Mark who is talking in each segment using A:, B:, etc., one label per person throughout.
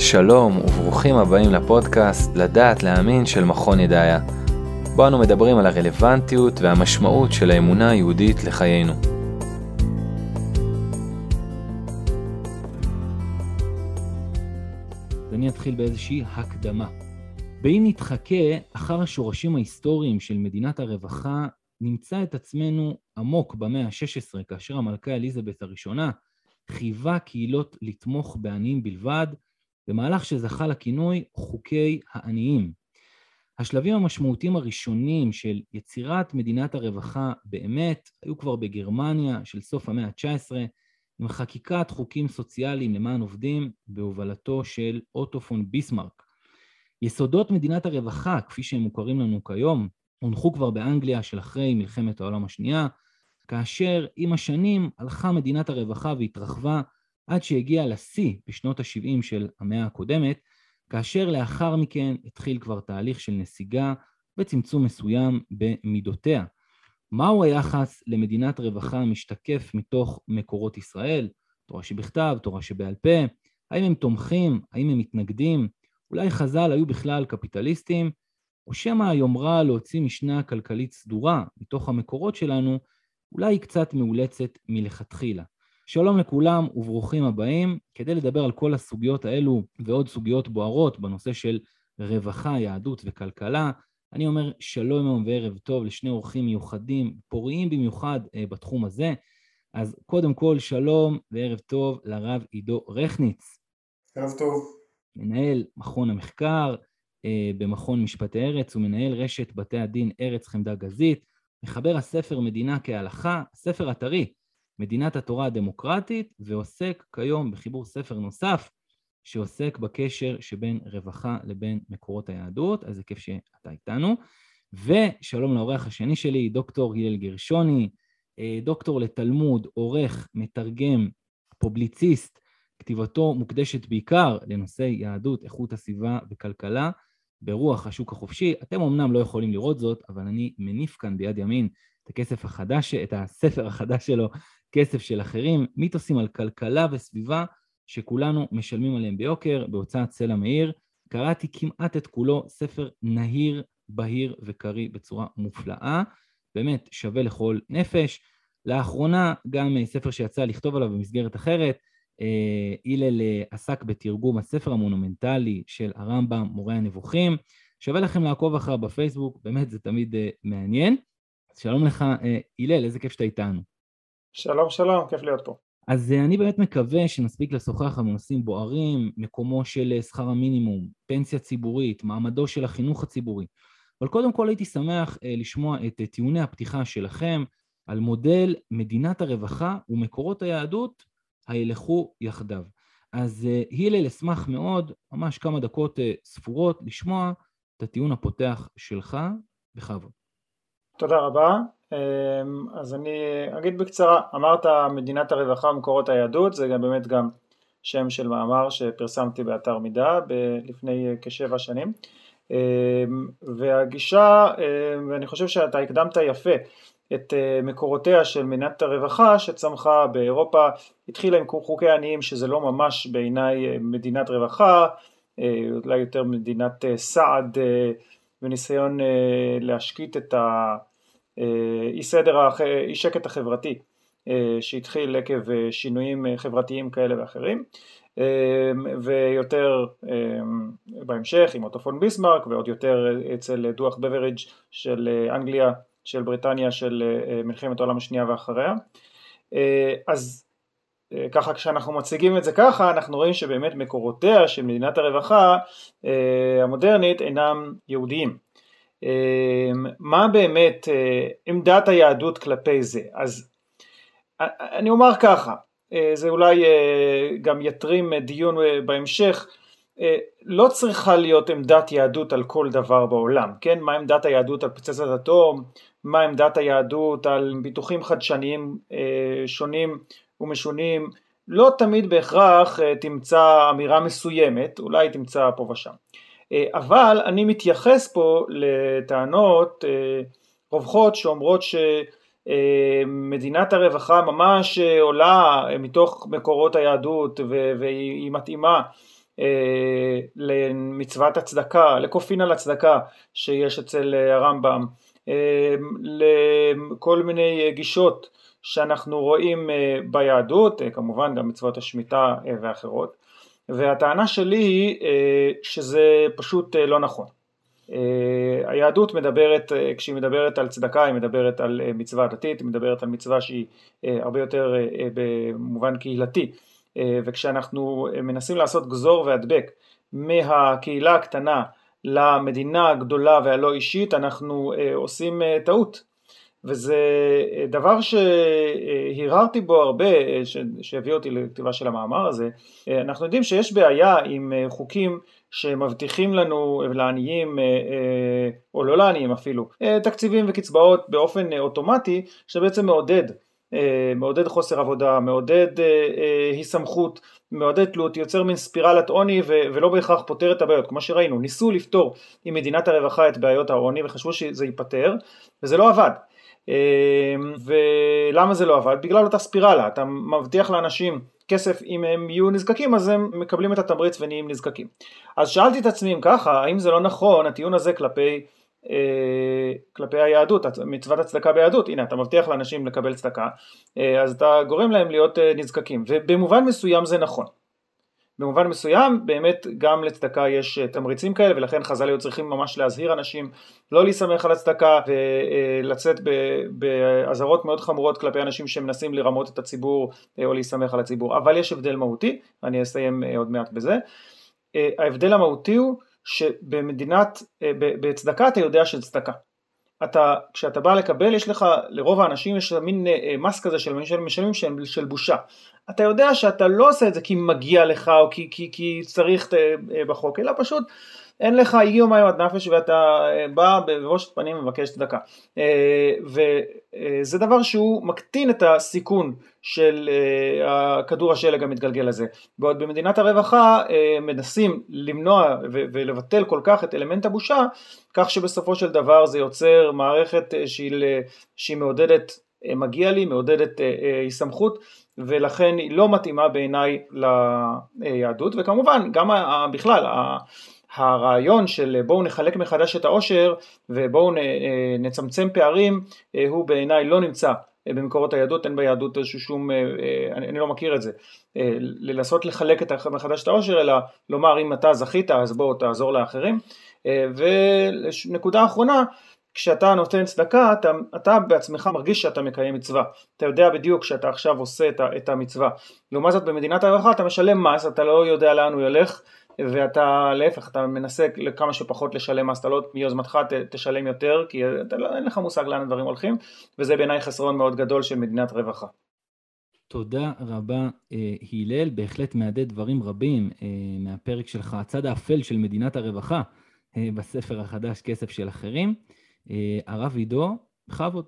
A: שלום וברוכים הבאים לפודקאסט לדעת להאמין של מכון ידעיה. בו אנו מדברים על הרלוונטיות והמשמעות של האמונה היהודית לחיינו.
B: אני אתחיל באיזושהי הקדמה. באם נתחכה אחר השורשים ההיסטוריים של מדינת הרווחה, נמצא את עצמנו עמוק במאה ה-16, כאשר המלכה אליזבת הראשונה חייבה קהילות לתמוך בעניים בלבד, במהלך שזכה לכינוי חוקי העניים. השלבים המשמעותיים הראשונים של יצירת מדינת הרווחה באמת היו כבר בגרמניה של סוף המאה ה-19, עם חקיקת חוקים סוציאליים למען עובדים בהובלתו של אוטו פון ביסמרק. יסודות מדינת הרווחה, כפי שהם מוכרים לנו כיום, הונחו כבר באנגליה של אחרי מלחמת העולם השנייה, כאשר עם השנים הלכה מדינת הרווחה והתרחבה עד שהגיעה לשיא בשנות ה-70 של המאה הקודמת, כאשר לאחר מכן התחיל כבר תהליך של נסיגה וצמצום מסוים במידותיה. מהו היחס למדינת רווחה המשתקף מתוך מקורות ישראל, תורה שבכתב, תורה שבעל פה? האם הם תומכים, האם הם מתנגדים? אולי חז"ל היו בכלל קפיטליסטים, או שמא היומרה להוציא משנה כלכלית סדורה מתוך המקורות שלנו, אולי היא קצת מאולצת מלכתחילה. שלום לכולם וברוכים הבאים, כדי לדבר על כל הסוגיות האלו ועוד סוגיות בוערות בנושא של רווחה, יהדות וכלכלה. אני אומר שלום וערב טוב לשני אורחים מיוחדים, פוריים במיוחד בתחום הזה. אז קודם כל שלום וערב טוב לרב עידו רכניץ.
C: ערב טוב.
B: מנהל מכון המחקר במכון משפטי ארץ, ומנהל רשת בתי הדין ארץ חמדה גזית, מחבר הספר מדינה כהלכה, ספר אתרי, מדינת התורה הדמוקרטית, ועוסק כיום בחיבור ספר נוסף, שעוסק בקשר שבין רווחה לבין מקורות היהדות. אז זה כיף שאתה איתנו. ושלום לאורח השני שלי, דוקטור הלל גרשוני, דוקטור לתלמוד, עורך, מתרגם, פובליציסט, כתיבתו מוקדשת בעיקר לנושא יהדות, איכות הסביבה וכלכלה, ברוח השוק החופשי. אתם אמנם לא יכולים לראות זאת, אבל אני מניף כאן ביד ימין את הספר החדש שלו, כסף של אחרים, מיתוסים על כלכלה וסביבה שכולנו משלמים עליהם ביוקר, בהוצאת סלע מאיר. קראתי כמעט את כולו, ספר נהיר, בהיר וקרי בצורה מופלאה, באמת שווה לכל נפש. לאחרונה גם ספר שיצא לכתוב עליו במסגרת אחרת, הלל עסק בתרגום הספר המונומנטלי של הרמב"ם, מורה הנבוכים. שווה לכם לעקוב אחריו בפייסבוק, באמת זה תמיד מעניין. שלום לך הלל, איזה כיף שאתה איתנו.
C: שלום, כיף להיות פה.
B: אז אני באמת מקווה שנספיק לשוחח על נושאים בוערים, מקומו של שכר המינימום, פנסיה ציבורית, מעמדו של החינוך הציבורי. אבל קודם כל הייתי שמח לשמוע את טיעוני הפתיחה שלכם על מודל מדינת הרווחה ומקורות היהדות הילכו יחדיו. אז הלל, אשמח מאוד, ממש כמה דקות ספורות, לשמוע את הטיעון הפותח שלך בכבוד.
C: תודה רבה. אז אני אגיד בקצרה, אמרת מדינת הרווחה ומקורות היהדות, זה באמת גם שם של מאמר שפרסמתי באתר מידע לפני כ7 שנים, והגישה, ואני חושב שאתה הקדמת יפה את מקורותיה של מדינת הרווחה שצמחה באירופה, התחילה עם חוקי העניים, שזה לא ממש בעיניי מדינת רווחה, אולי יותר מדינת סעד וניסיון להשקיט את אי שקט החברתי שהתחיל עקב שינויים חברתיים כאלה ואחרים, ויותר בהמשך עם אוטו פון ביסמרק, ועוד יותר אצל דוח בברידג' של אנגליה, של בריטניה, של מלחמת העולם השנייה ואחריה. אז ככה כשאנחנו מציגים את זה ככה, אנחנו רואים שבאמת מקורותיה של מדינת הרווחה המודרנית אינם יהודיים. מה באמת עמדת היהדות כלפי זה? אז אני אומר ככה, זה אולי גם יתרים דיון בהמשך, לא צריכה להיות עמדת יהדות על כל דבר בעולם, כן? מה עמדת היהדות על פצצת אטום? מה עמדת היהדות על ביטוחים חדשניים שונים ומשונים? לא תמיד בהכרח תמצא אמירה מסוימת, אולי תמצא פה ושם. אבל אני מתייחס פה לטענות רווחות שאומרות שמדינת הרווחה ממש עולה מתוך מקורות היהדות והיא מתאימה למצוות הצדקה, לקופין על הצדקה שיש אצל הרמב"ם, לכל מיני גישות שאנחנו רואים ביהדות, כמובן גם מצוות השמיטה ואחרות, והטענה שלי היא שזה פשוט לא נכון. היהדות מדברת, כשהיא מדברת על צדקה, היא מדברת על מצווה דתית, היא מדברת על מצווה שהיא הרבה יותר במובן קהילתי, וכשאנחנו מנסים לעשות גזור והדבק מהקהילה הקטנה למדינה הגדולה והלא אישית, אנחנו עושים טעות, וזה דבר שהרהרתי בו הרבה, שהביא אותי לכתיבה של המאמר הזה. אנחנו יודעים שיש בעיה עם חוקים שמבטיחים לנו לעניים, או לא לעניים אפילו, תקציבים וקצבאות באופן אוטומטי, שבעצם מעודד חוסר עבודה, מעודד הסמכות, מעודד תלות, יוצר מין ספירלת עוני ולא בהכרח פותר את הבעיות. כמו שראינו, ניסו לפתור עם מדינת הרווחה את בעיות העוני וחשבו שזה ייפתר, וזה לא עבד. ולמה זה לא עבד? בגלל אותה ספירלה, אתה מבטיח לאנשים כסף, אם הם יהיו נזקקים אז הם מקבלים את התמריץ ונהיים נזקקים. אז שאלתי את עצמי אם ככה, האם זה לא נכון הטיעון הזה כלפי היהדות, מצוות הצדקה ביהדות? הנה, אתה מבטיח לאנשים לקבל צדקה, אז אתה גורם להם להיות נזקקים, ובמובן מסוים זה נכון. במובן מסוים באמת גם לצדקה יש תמריצים כאלה, ולכן חז"ל היו צריכים ממש להזהיר אנשים לא להסתמך על הצדקה ולצאת באזהרות מאוד חמורות כלפי אנשים שמנסים לרמות את הציבור או להסתמך על הציבור. אבל יש הבדל מהותי, ואני אסיים עוד מעט בזה. ההבדל המהותי הוא בצדקה אתה יודע של צדקה. כשאתה בא לקבל, יש לך, לרוב האנשים יש מין מס כזה של משלמים של בושה. אתה יודע שאתה לא עושה את זה כי מגיע לך או כי צריך בחוק, אלא פשוט אין לך הגיע מים עד נפש ואתה בא בראש פנים ומבקש צדקה. וזה דבר שהוא מקטין את הסיכון של הכדור השלג המתגלגל הזה. בעוד במדינת הרווחה מנסים למנוע ולבטל כל כך את אלמנט הבושה, כך שבסופו של דבר זה יוצר מערכת שהיא מעודדת מגיע לי, מעודדת הסמכות, ולכן היא לא מתאימה בעיניי ליהדות. וכמובן גם בכלל הרעיון של בואו נחלק מחדש את העושר ובואו נצמצם פערים, הוא בעיניי לא נמצא במקורות היהדות. אין ביהדות איזשהו שום, אני לא מכיר את זה, לנסות לחלק מחדש את העושר, אלא לומר אם אתה זכית אז בואו תעזור לאחרים. ונקודה אחרונה, כשאתה נותן צדקה, אתה בעצמך מרגיש שאתה מקיים מצווה. אתה יודע בדיוק שאתה עכשיו עושה את המצווה. לעומת זאת במדינת הרווחה אתה משלם מס, אתה לא יודע לאן הוא ילך, ואתה להפך, אתה מנסה לכמה שפחות לשלם מס, אתה לא מיוזמתך תשלם יותר, כי אין לך מושג לאן הדברים הולכים, וזה בעיניי חסרון מאוד גדול של מדינת רווחה.
B: תודה רבה הלל, בהחלט מעדד דברים רבים מהפרק שלך, הצד האפל של מדינת הרווחה, בספר החדש כסף של אחרים. הרב עידו, בכבוד.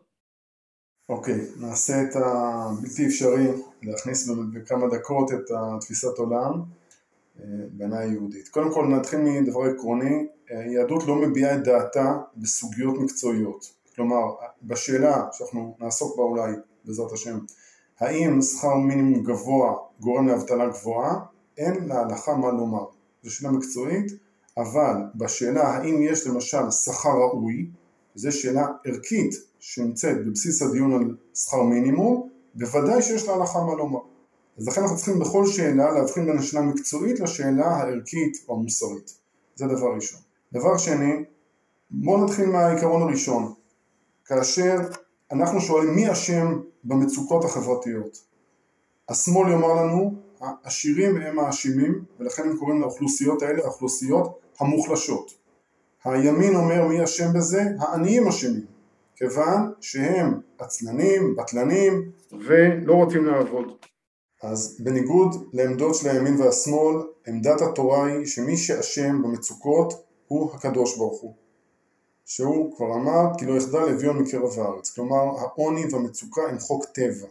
D: אוקיי, נעשה את הבלתי אפשרי, להכניס בכמה דקות את תפיסת עולם בעיניי היהודית. קודם כל נתחיל מדבר עקרוני, היהדות לא מביעה את דעתה בסוגיות מקצועיות. כלומר, בשאלה שאנחנו נעסוק בה אולי בעזרת השם, האם שכר מינימום גבוה גורם לאבטלה גבוהה, אין להלכה מה לומר. זו שאלה מקצועית, אבל בשאלה האם יש למשל שכר ראוי, זו שאלה ערכית שנמצאת בבסיס הדיון על שכר מינימום, בוודאי שיש להלכה מה לומר. אז לכן אנחנו צריכים בכל שאלה להבחין בין השאלה המקצועית לשאלה הערכית או המוסרית. זה דבר ראשון. דבר שני, בואו נתחיל מהעיקרון הראשון. כאשר אנחנו שואלים מי אשם במצוקות החברתיות, השמאל יאמר לנו העשירים הם האשמים, ולכן הם קוראים לאוכלוסיות האלה האוכלוסיות המוחלשות. הימין אומר מי אשם בזה? העניים אשמים, כיוון שהם עצלנים, בטלנים ולא רוצים לעבוד. אז בניגוד לעמדות של הימין והשמאל, עמדת התורה היא שמי שאשם במצוקות הוא הקדוש ברוך הוא, שהוא כבר אמר כי לא יחדל אביון מקרב הארץ. כלומר העוני והמצוקה הם חוק טבע,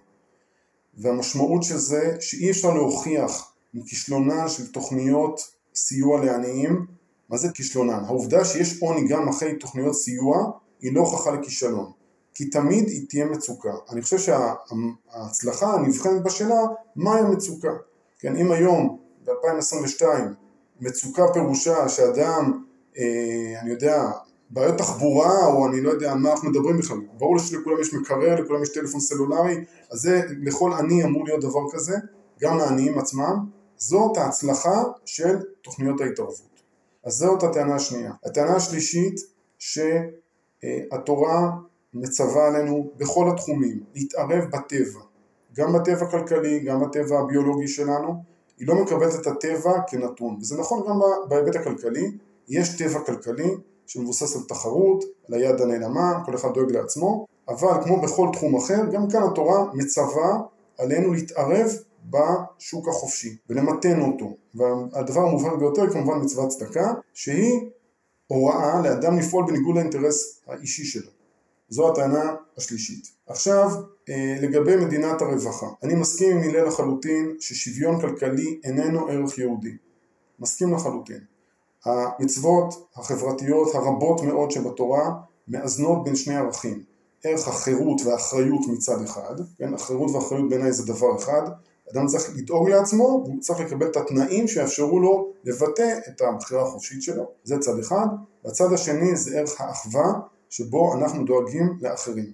D: והמשמעות של זה שאי אפשר להוכיח מכישלונן של תוכניות סיוע לעניים. מה זה כישלונן? העובדה שיש עוני גם אחרי תוכניות סיוע היא לא הוכחה לכישלון, כי תמיד היא תהיה מצוקה. אני חושב שההצלחה נבחנת בשאלה מהי המצוקה. כן, אם היום ב-2022 מצוקה פירושה שאדם, אני יודע, בעיות תחבורה, או אני לא יודע על מה אנחנו מדברים בכלל, ברור שלכולם יש מקרר, לכולם יש טלפון סלולרי, אז זה לכל עני אמור להיות דבר כזה, גם לעניים עצמם, זאת ההצלחה של תוכניות ההתערבות. אז זאת הטענה השנייה. הטענה השלישית, שהתורה מצווה עלינו בכל התחומים, להתערב בטבע, גם בטבע הכלכלי, גם בטבע הביולוגי שלנו, היא לא מקבלת את הטבע כנתון, וזה נכון גם בהיבט הכלכלי, יש טבע כלכלי שמבוסס על תחרות, על היד הנעלמה, כל אחד דואג לעצמו, אבל כמו בכל תחום אחר, גם כאן התורה מצווה עלינו להתערב בשוק החופשי ולמתן אותו, והדבר המובהק ביותר כמובן מצוות צדקה, שהיא הוראה לאדם לפעול בניגוד לאינטרס האישי שלו. זו הטענה השלישית. עכשיו, לגבי מדינת הרווחה, אני מסכים עם הלל לחלוטין ששוויון כלכלי איננו ערך יהודי. מסכים לחלוטין. המצוות החברתיות הרבות מאוד שבתורה מאזנות בין שני ערכים. ערך החירות והאחריות מצד אחד, כן? החירות והאחריות בעיניי זה דבר אחד, אדם צריך לדאוג לעצמו, הוא צריך לקבל את התנאים שיאפשרו לו לבטא את הבחירה החופשית שלו, זה צד אחד, והצד השני זה ערך האחווה, שבו אנחנו דואגים לאחרים.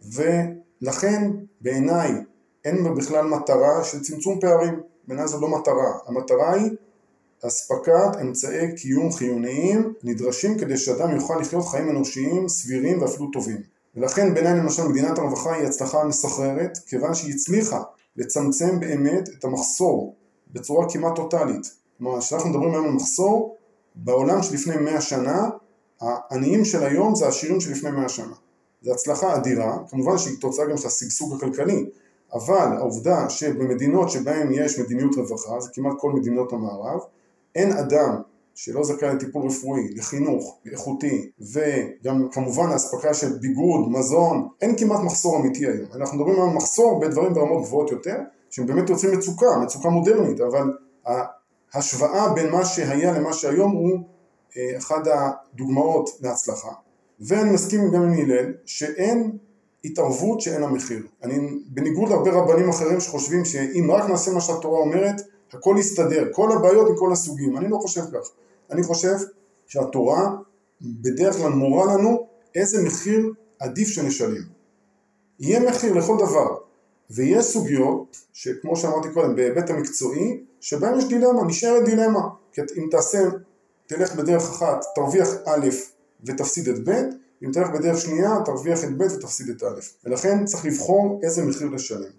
D: ולכן בעיניי אין בכלל מטרה של צמצום פערים, בעיניי זו לא מטרה, המטרה היא אספקת אמצעי קיום חיוניים נדרשים כדי שאדם יוכל לחיות חיים אנושיים סבירים ואפילו טובים. ולכן בעיניי למשל מדינת הרווחה היא הצלחה מסחררת, כיוון שהיא הצליחה לצמצם באמת את המחסור בצורה כמעט טוטלית. כלומר, כשאנחנו מדברים היום על מחסור, בעולם שלפני 100 שנה, העניים של היום זה העשירים שלפני 100 שנה. זו הצלחה אדירה, כמובן שהיא תוצאה גם של השגשוג הכלכלי, אבל העובדה שבמדינות שבהן יש מדיניות רווחה, זה כמעט כל מדינות המערב, אין אדם שלא זכאי לטיפול רפואי, לחינוך, איכותי, וגם כמובן ההספקה של ביגוד, מזון, אין כמעט מחסור אמיתי היום. אנחנו מדברים על מחסור בדברים ברמות גבוהות יותר, שהם באמת יוצאים מצוקה מודרנית, אבל ההשוואה בין מה שהיה למה שהיום הוא אחד הדוגמאות להצלחה. ואני מסכים גם עם הלל שאין התערבות שאין המחיר. אני בניגוד להרבה רבנים אחרים שחושבים שאם רק נעשה מה שהתורה אומרת, הכל יסתדר, כל הבעיות מכל הסוגים. אני לא חושב כך. אני חושב שהתורה בדרך כלל מורה לנו איזה מחיר עדיף שנשלם. יהיה מחיר לכל דבר, ויש סוגיות שכמו שאמרתי קודם בהיבט המקצועי, שבהם יש דילמה, נשארת דילמה. כי אם תלך בדרך אחת, תרוויח א' ותפסיד את ב', אם תלך בדרך שנייה, תרוויח את ב' ותפסיד את א'. ולכן צריך לבחור איזה מחיר לשלם.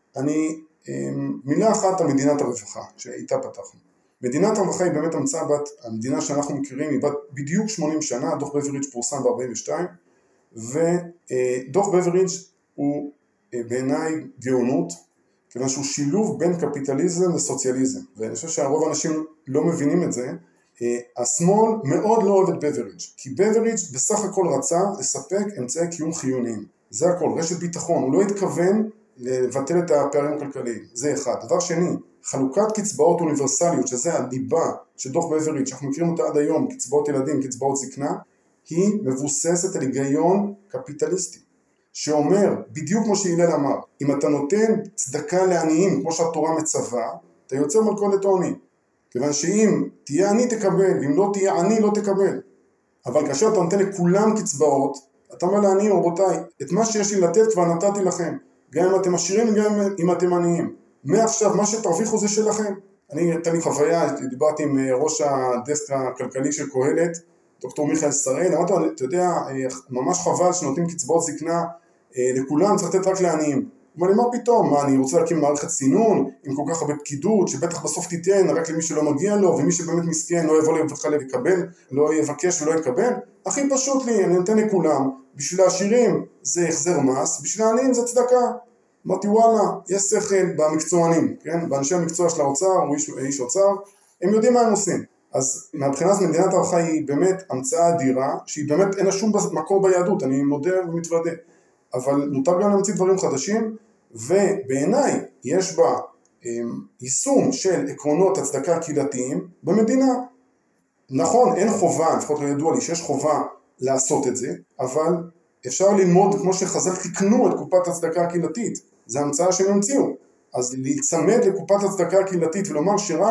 D: מילה אחת על מדינת הרווחה, שאיתה פתחנו. מדינת הרווחה היא באמת המדינה שאנחנו מכירים, היא בת בדיוק 80 שנה, דוח בברידג' פורסם ב-42, ודוח בברידג' הוא בעיניי גאונות, כיוון שהוא שילוב בין קפיטליזם וסוציאליזם, ואני חושב שהרוב האנשים לא מבינים את זה. השמאל מאוד לא אוהב את בברידג', כי בברידג' בסך הכל רצה לספק אמצעי קיום חיוניים, זה הכל, רשת ביטחון, הוא לא התכוון לבטל את הפערים הכלכליים, זה אחד. דבר שני, חלוקת קצבאות אוניברסליות, שזה הליבה של דוח בברידג' שאנחנו מכירים אותה עד היום, קצבאות ילדים, קצבאות זקנה, היא מבוססת על היגיון קפיטליסטי, שאומר, בדיוק כמו שהלל אמר, אם אתה נותן צדקה לעניים, כמו שהתורה מצווה, אתה יוצר מלכודת עוני, כיוון שאם תהיה עני תקבל, ואם לא תהיה עני לא תקבל. אבל כאשר אתה נותן לכולם קצבאות, אתה אומר לעניים, רבותיי, את מה שיש לי לתת כבר נתתי לכם, גם אם אתם עשירים, גם אם אתם עניים. מעכשיו, מה שתרוויחו זה שלכם. הייתה לי חוויה, דיברתי עם ראש הדסק הכלכלי של קהלת, דוקטור מיכאל שראל, אמרתי, אתה יודע, ממש חבל שנותנים קצבאות זקנה לכולם, צריך לתת רק לעניים. הוא אומר לי, מה פתאום? מה, אני רוצה להקים מערכת סינון עם כל כך הרבה פקידות, שבטח בסוף תיתן רק למי שלא מגיע לו, ומי שבאמת מסכן לא יבוא לקבל, לא יבקש ולא יקבל? הכי פשוט לי, אני נותן לכולם, בשביל העשירים זה החזר מס, בשביל העניים זה צדקה. אמרתי, וואלה, יש שכל במקצוענים, כן? באנשי המקצוע של האוצר, או איש אוצר, הם יודעים מה הם עושים. אז מהבחינת מדינת הרווחה היא באמת המצאה אדירה, שהיא באמת אין לה שום מקור ביהדות, אני מודה ומתוודה. אבל מותר גם להמציא דברים חדשים, ובעיניי יש בה יישום של עקרונות הצדקה הקהילתיים במדינה. נכון, אין חובה, לפחות לא ידוע לי שיש חובה לעשות את זה, אבל אפשר ללמוד כמו שחז"ל תקנו את קופת הצדקה הקהילתית, זה המצאה שהם המציאו. אז להצמד לקופת הצדקה הקהילתית ולומר שרק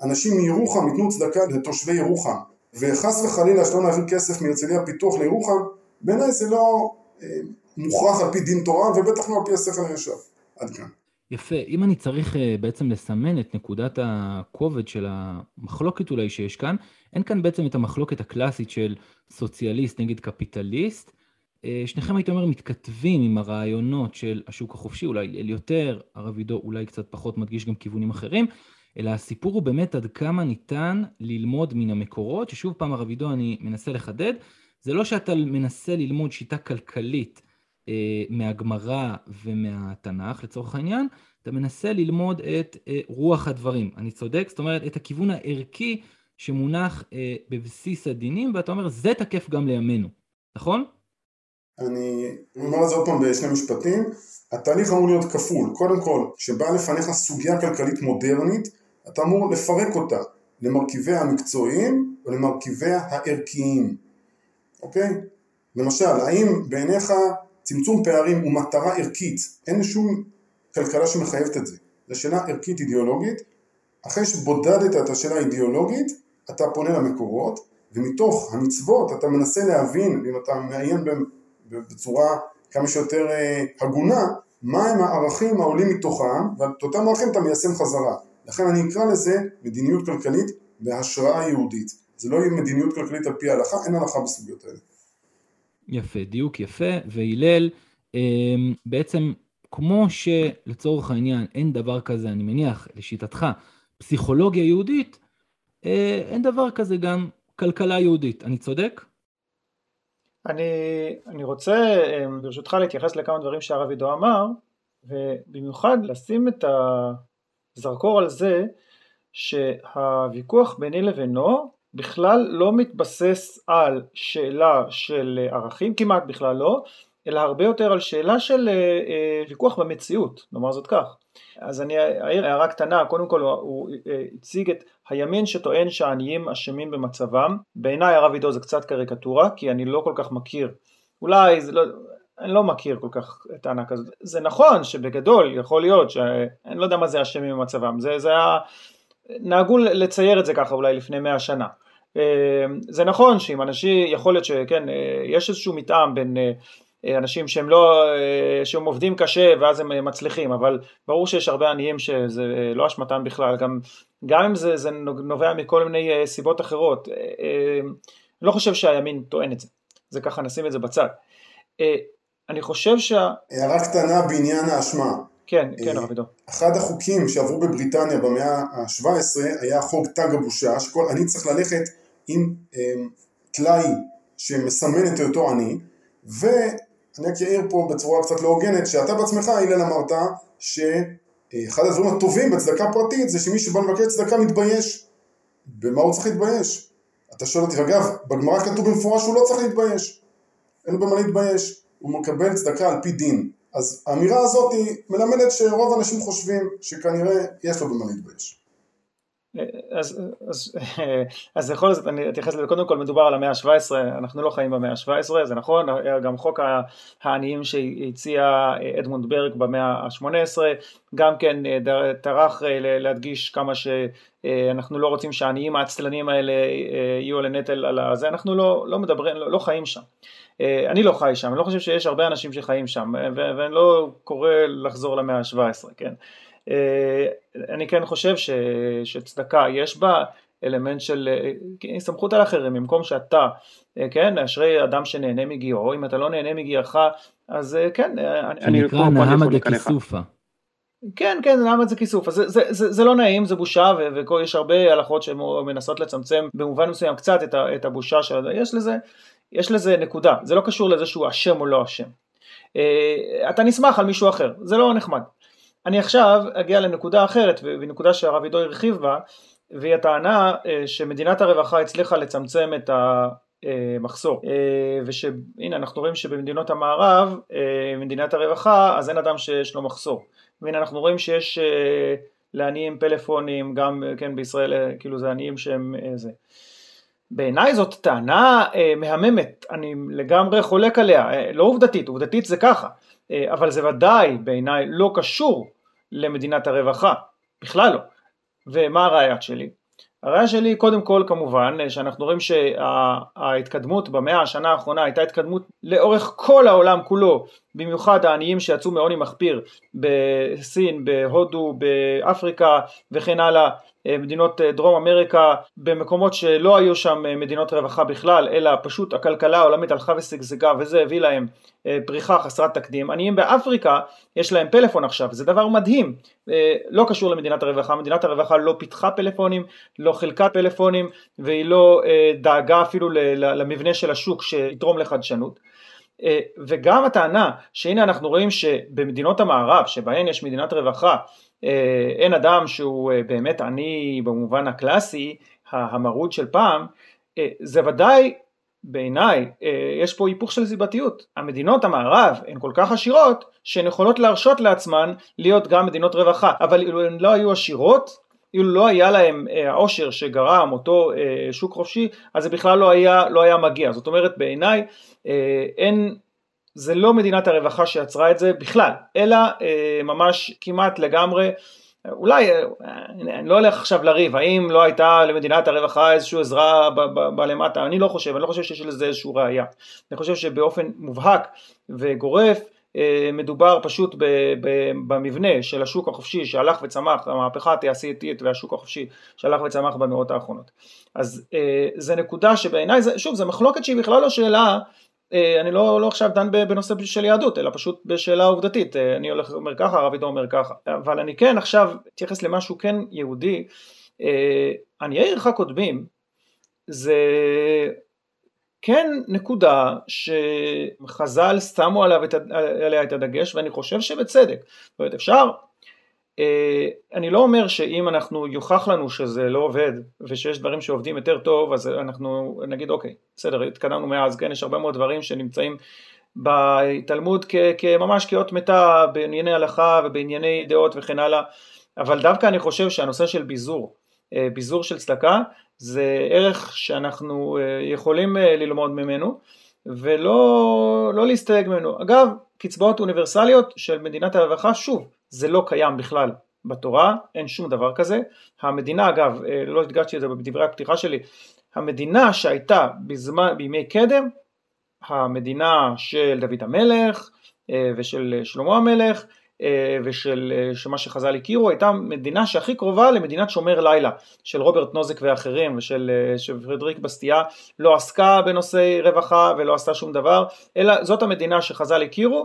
D: אנשים מירוחם ייתנו צדקה לתושבי ירוחם, וחס וחלילה שלא נעביר כסף מהרצליה פיתוח לירוחם, בעיניי זה לא מוכרח על פי דין תורה, ובטח לא על פי השכל הישר. עד כאן.
B: יפה, אם אני צריך בעצם לסמן את נקודת הכובד של המחלוקת אולי שיש כאן, אין כאן בעצם את המחלוקת הקלאסית של סוציאליסט נגד קפיטליסט, שניכם הייתי אומר מתכתבים עם הרעיונות של השוק החופשי, אולי יותר, הרב עידו אולי קצת פחות מדגיש גם כיוונים אחרים, אלא הסיפור הוא באמת עד כמה ניתן ללמוד מן המקורות, ששוב פעם הרב עידו אני מנסה לחדד, זה לא שאתה מנסה ללמוד שיטה כלכלית מהגמרא ומהתנ"ך לצורך העניין, אתה מנסה ללמוד את רוח הדברים, אני צודק? זאת אומרת את הכיוון הערכי שמונח בבסיס הדינים, ואתה אומר זה תקף גם לימינו, נכון?
D: אני אומר את זה עוד פעם בשני משפטים, התהליך אמור להיות כפול, קודם כל, שבאה לפניך סוגיה כלכלית מודרנית, אתה אמור לפרק אותה למרכיביה המקצועיים ולמרכיביה הערכיים, אוקיי? למשל, האם בעיניך צמצום פערים הוא מטרה ערכית? אין שום כלכלה שמחייבת את זה, זו שאלה ערכית אידיאולוגית, אחרי שבודדת את השאלה האידיאולוגית, אתה פונה למקורות, ומתוך המצוות אתה מנסה להבין, אם אתה מעיין בצורה כמה שיותר הגונה, מהם הערכים העולים מתוכם, ואת אותם ערכים אתה מיישם חזרה. לכן אני אקרא לזה מדיניות כלכלית בהשראה יהודית. זה לא יהיה מדיניות כלכלית על פי ההלכה, אין הלכה בסוגיות האלה.
B: יפה, דיוק יפה, והילל, בעצם כמו שלצורך העניין אין דבר כזה, אני מניח לשיטתך, פסיכולוגיה יהודית, אין דבר כזה גם כלכלה יהודית, אני צודק?
C: אני רוצה ברשותך להתייחס לכמה דברים שהרב עידו אמר, ובמיוחד לשים את הזרקור על זה שהוויכוח ביני לבינו בכלל לא מתבסס על שאלה של ערכים, כמעט בכלל לא, אלא הרבה יותר על שאלה של ויכוח במציאות, נאמר זאת כך. אז אני אעיר הערה קטנה, קודם כל הוא הציג את הימין שטוען שהעניים אשמים במצבם, בעיניי הרב עידו זה קצת קריקטורה, כי אני לא כל כך מכיר, אולי זה לא, אני לא מכיר כל כך את הענה כזאת, זה נכון שבגדול יכול להיות, שאני לא יודע מה זה אשמים במצבם, זה היה, נהגו לצייר את זה ככה אולי לפני 100 שנה, זה נכון שאם אנשים, יכול להיות שכן, יש איזשהו מתאם בין אנשים שהם שהם עובדים קשה ואז הם מצליחים, אבל ברור שיש הרבה עניים שזה לא אשמתם בכלל, גם אם זה נובע מכל מיני סיבות אחרות, אני לא חושב שהימין טוען את זה, זה ככה נשים את זה בצד. אני חושב
D: הערה קטנה בעניין האשמה.
C: כן, הרב עידו.
D: אחד החוקים שעברו בבריטניה במאה ה-17 היה חוק תג הבושה, שכל אני צריך ללכת עם טלאי שמסמן את אותו עני, ואני אעיר פה בצורה קצת לא הוגנת, שאתה בעצמך הלל אמרת שאחד הדברים הטובים בצדקה פרטית זה שמי שבא לבקש צדקה מתבייש. במה הוא צריך להתבייש? אתה שואל אותי, אגב, בגמרא כתוב במפורש שהוא לא צריך להתבייש, אין לו במה להתבייש, הוא מקבל צדקה על פי דין. אז האמירה הזאת היא מלמדת שרוב האנשים חושבים שכנראה יש לו במה להתבייש.
C: אז יכול להיות, אני אתייחס לזה, קודם כל מדובר על המאה ה-17, אנחנו לא חיים במאה ה-17, זה נכון, גם חוק העניים שהציע אדמונד ברג במאה ה-18, גם כן טרח להדגיש כמה שאנחנו לא רוצים שהעניים העצלנים האלה יהיו לנטל על זה, אנחנו לא מדברים, לא חיים שם. אני לא חי שם, אני לא חושב שיש הרבה אנשים שחיים שם, ואני לא קורא לחזור למאה ה-17, כן. אני כן חושב שצדקה יש בה אלמנט של סמכות על אחרים, במקום שאתה, כן, אשרי אדם שנהנה מגיעו, אם אתה לא נהנה מגיעך, אז כן,
B: שנקרא נהמה דכיסופה.
C: כן, נהמה זה כיסוף, זה לא נעים, זה בושה, ויש הרבה הלכות שמנסות לצמצם במובן מסוים קצת את הבושה של זה, יש לזה נקודה, זה לא קשור לזה שהוא אשם או לא אשם, אתה נשמח על מישהו אחר, זה לא נחמד. אני עכשיו אגיע לנקודה אחרת, ונקודה שהרב עידו הרחיב בה, והיא הטענה שמדינת הרווחה הצליחה לצמצם את המחסור, ושהנה אנחנו רואים שבמדינות המערב, מדינת הרווחה, אז אין אדם שיש לו מחסור, והנה אנחנו רואים שיש לעניים פלאפונים, גם כן בישראל, כאילו זה עניים שהם זה. בעיניי זאת טענה מהממת, אני לגמרי חולק עליה, לא עובדתית, עובדתית זה ככה, אבל זה ודאי בעיניי לא קשור למדינת הרווחה, בכלל לא. ומה הראיית שלי? הראיה שלי קודם כל כמובן שאנחנו רואים שההתקדמות במאה השנה האחרונה הייתה התקדמות לאורך כל העולם כולו, במיוחד העניים שיצאו מעוני מחפיר בסין, בהודו, באפריקה וכן הלאה, מדינות דרום אמריקה, במקומות שלא היו שם מדינות רווחה בכלל, אלא פשוט הכלכלה העולמית הלכה ושגשגה, וזה הביא להם פריחה חסרת תקדים. עניים באפריקה יש להם פלאפון עכשיו, זה דבר מדהים, לא קשור למדינת הרווחה, מדינת הרווחה לא פיתחה פלאפונים, לא חילקה פלאפונים, והיא לא דאגה אפילו למבנה של השוק שיתרום לחדשנות. וגם הטענה שהנה אנחנו רואים שבמדינות המערב שבהן יש מדינת רווחה, אין אדם שהוא באמת עני במובן הקלאסי, המרוד של פעם, זה ודאי בעיניי, יש פה היפוך של סיבתיות. המדינות המערב הן כל כך עשירות שהן יכולות להרשות לעצמן להיות גם מדינות רווחה, אבל אילו הן לא היו עשירות, אילו לא היה להם העושר שגרם אותו שוק חופשי, אז זה בכלל לא היה מגיע. זאת אומרת בעיניי זה לא מדינת הרווחה שיצרה את זה בכלל, אלא ממש כמעט לגמרי, אולי, אני לא הולך עכשיו לריב, האם לא הייתה למדינת הרווחה איזושהי עזרה בלמטה, אני לא חושב שיש לזה איזשהו ראייה. אני חושב שבאופן מובהק וגורף, מדובר פשוט במבנה של השוק החופשי שהלך וצמח, המהפכה התעשייתית והשוק החופשי שהלך וצמח במאות האחרונות. אז זה נקודה שבעיניי, שוב, זה מחלוקת שהיא בכלל לא שאלה, אני לא עכשיו דן בנושא של יהדות, אלא פשוט בשאלה עובדתית, אני הולך אומר ככה, הרב עידו אומר ככה, אבל אני כן עכשיו אתייחס למשהו כן יהודי, עניי עירך קודמים, זה כן נקודה שחז"ל שמו עליה את הדגש, ואני חושב שבצדק, זאת אומרת אפשר, אני לא אומר שאם אנחנו יוכח לנו שזה לא עובד ושיש דברים שעובדים יותר טוב אז אנחנו נגיד אוקיי בסדר התקדמנו מאז, כן יש הרבה מאוד דברים שנמצאים בתלמוד ממש כאות מתה בענייני הלכה ובענייני דעות וכן הלאה, אבל דווקא אני חושב שהנושא של ביזור של צדקה זה ערך שאנחנו יכולים ללמוד ממנו ולא להסתייג ממנו. אגב קצבאות אוניברסליות של מדינת הרווחה, שוב זה לא קיים בכלל בתורה, אין שום דבר כזה. המדינה, אגב, לא הדגשתי את זה בדברי הפתיחה שלי, המדינה שהייתה בימי קדם, המדינה של דוד המלך ושל שלמה המלך ושל מה שחז"ל הכירו, הייתה מדינה שהכי קרובה למדינת שומר לילה של רוברט נוזק ואחרים, ושל פרדריק בסטיה, לא עסקה בנושאי רווחה ולא עשתה שום דבר, אלא זאת המדינה שחז"ל הכירו,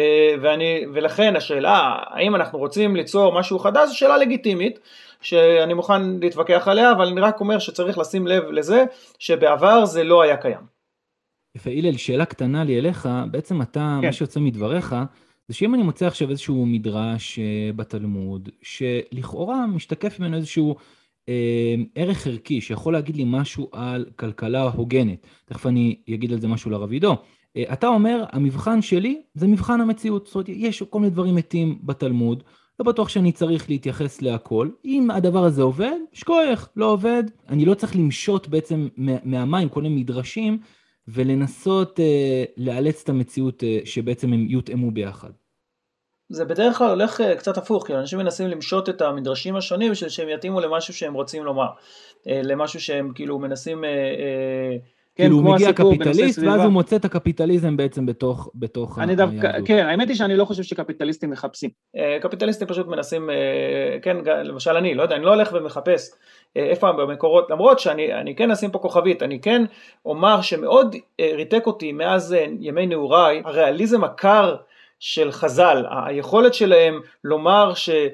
C: ולכן השאלה האם אנחנו רוצים ליצור משהו חדש, זו שאלה לגיטימית שאני מוכן להתווכח עליה, אבל אני רק אומר שצריך לשים לב לזה שבעבר זה לא היה קיים.
B: יפה, הלל, שאלה קטנה לי אליך, בעצם אתה, מה שיוצא מדבריך, זה שאם אני מוצא עכשיו איזשהו מדרש בתלמוד, שלכאורה משתקף ממנו איזשהו ערך ערכי, שיכול להגיד לי משהו על כלכלה הוגנת, תכף אני אגיד על זה משהו לרב עידו, אתה אומר, המבחן שלי זה מבחן המציאות, זאת אומרת, יש כל מיני דברים מתים בתלמוד, לא בטוח שאני צריך להתייחס להכל, אם הדבר הזה עובד, שכוח, לא עובד, אני לא צריך למשות בעצם מהמים, כל מיני מדרשים, ולנסות לאלץ את המציאות שבעצם הם יותאמו ביחד.
C: זה בדרך כלל הולך קצת הפוך, כי אנשים מנסים למשות את המדרשים השונים שהם יתאימו למשהו שהם רוצים לומר, למשהו שהם כאילו מנסים
B: כאילו הוא מגיע קפיטליסט, ואז הוא מוצא את הקפיטליזם בעצם בתוך היהדות.
E: כן, האמת היא שאני לא חושב שקפיטליסטים מחפשים.
C: קפיטליסטים פשוט מנסים, כן, למשל אני, לא יודע, אני לא הולך ומחפש איפה במקורות, למרות שאני כן אשים פה כוכבית, אני כן אומר שמאוד ריתק אותי מאז ימי נעוריי, הריאליזם הקר של חז"ל, היכולת שלהם לומר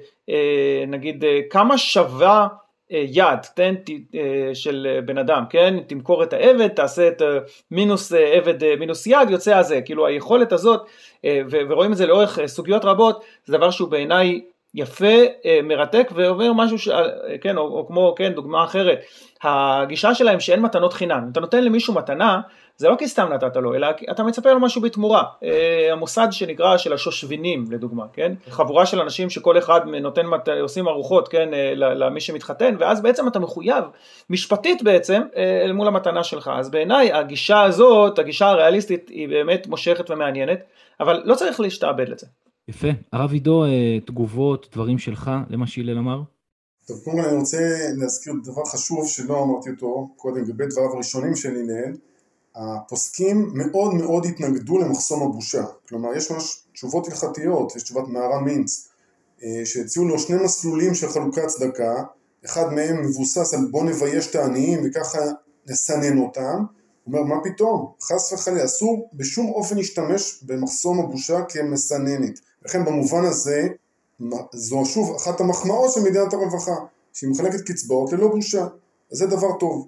C: שנגיד כמה שווה יד, תן של בן אדם, כן? תמכור את העבד, תעשה את מינוס עבד, מינוס יד, יוצא הזה, כאילו היכולת הזאת, ורואים את זה לאורך סוגיות רבות, זה דבר שהוא בעיניי יפה, מרתק, ועובר משהו, כן, או כמו, כן, דוגמה אחרת, הגישה שלהם שאין מתנות חינם, אתה נותן למישהו מתנה, זה לא כי סתם נתת לו, אלא אתה מצפה לו משהו בתמורה. המוסד שנקרא של השושבינים, לדוגמה, כן? חבורה של אנשים שכל אחד נותן, עושים ארוחות, כן, למי שמתחתן, ואז בעצם אתה מחויב, משפטית בעצם, אל מול המתנה שלך. אז בעיניי, הגישה הזאת, הגישה הריאליסטית, היא באמת מושכת ומעניינת, אבל לא צריך להשתעבד לזה.
B: יפה. הרב עידו, תגובות, דברים שלך, למה שהלל אמר?
D: טוב, קודם כל אני רוצה להזכיר דבר חשוב שלא אמרתי אותו קודם, לגבי דבריו הראשונים של הלל. הפוסקים מאוד מאוד התנגדו למחסום הבושה, כלומר יש ממש תשובות הלכתיות, יש תשובת מהר"ם מינץ, שהציעו לו שני מסלולים של חלוקת צדקה, אחד מהם מבוסס על בוא נבייש את העניים וככה נסנן אותם, הוא אומר מה פתאום, חס וחלילה, אסור בשום אופן להשתמש במחסום הבושה כמסננת, לכן במובן הזה זו שוב אחת המחמאות של מדינת הרווחה, שהיא מחלקת קצבאות ללא בושה, אז זה דבר טוב.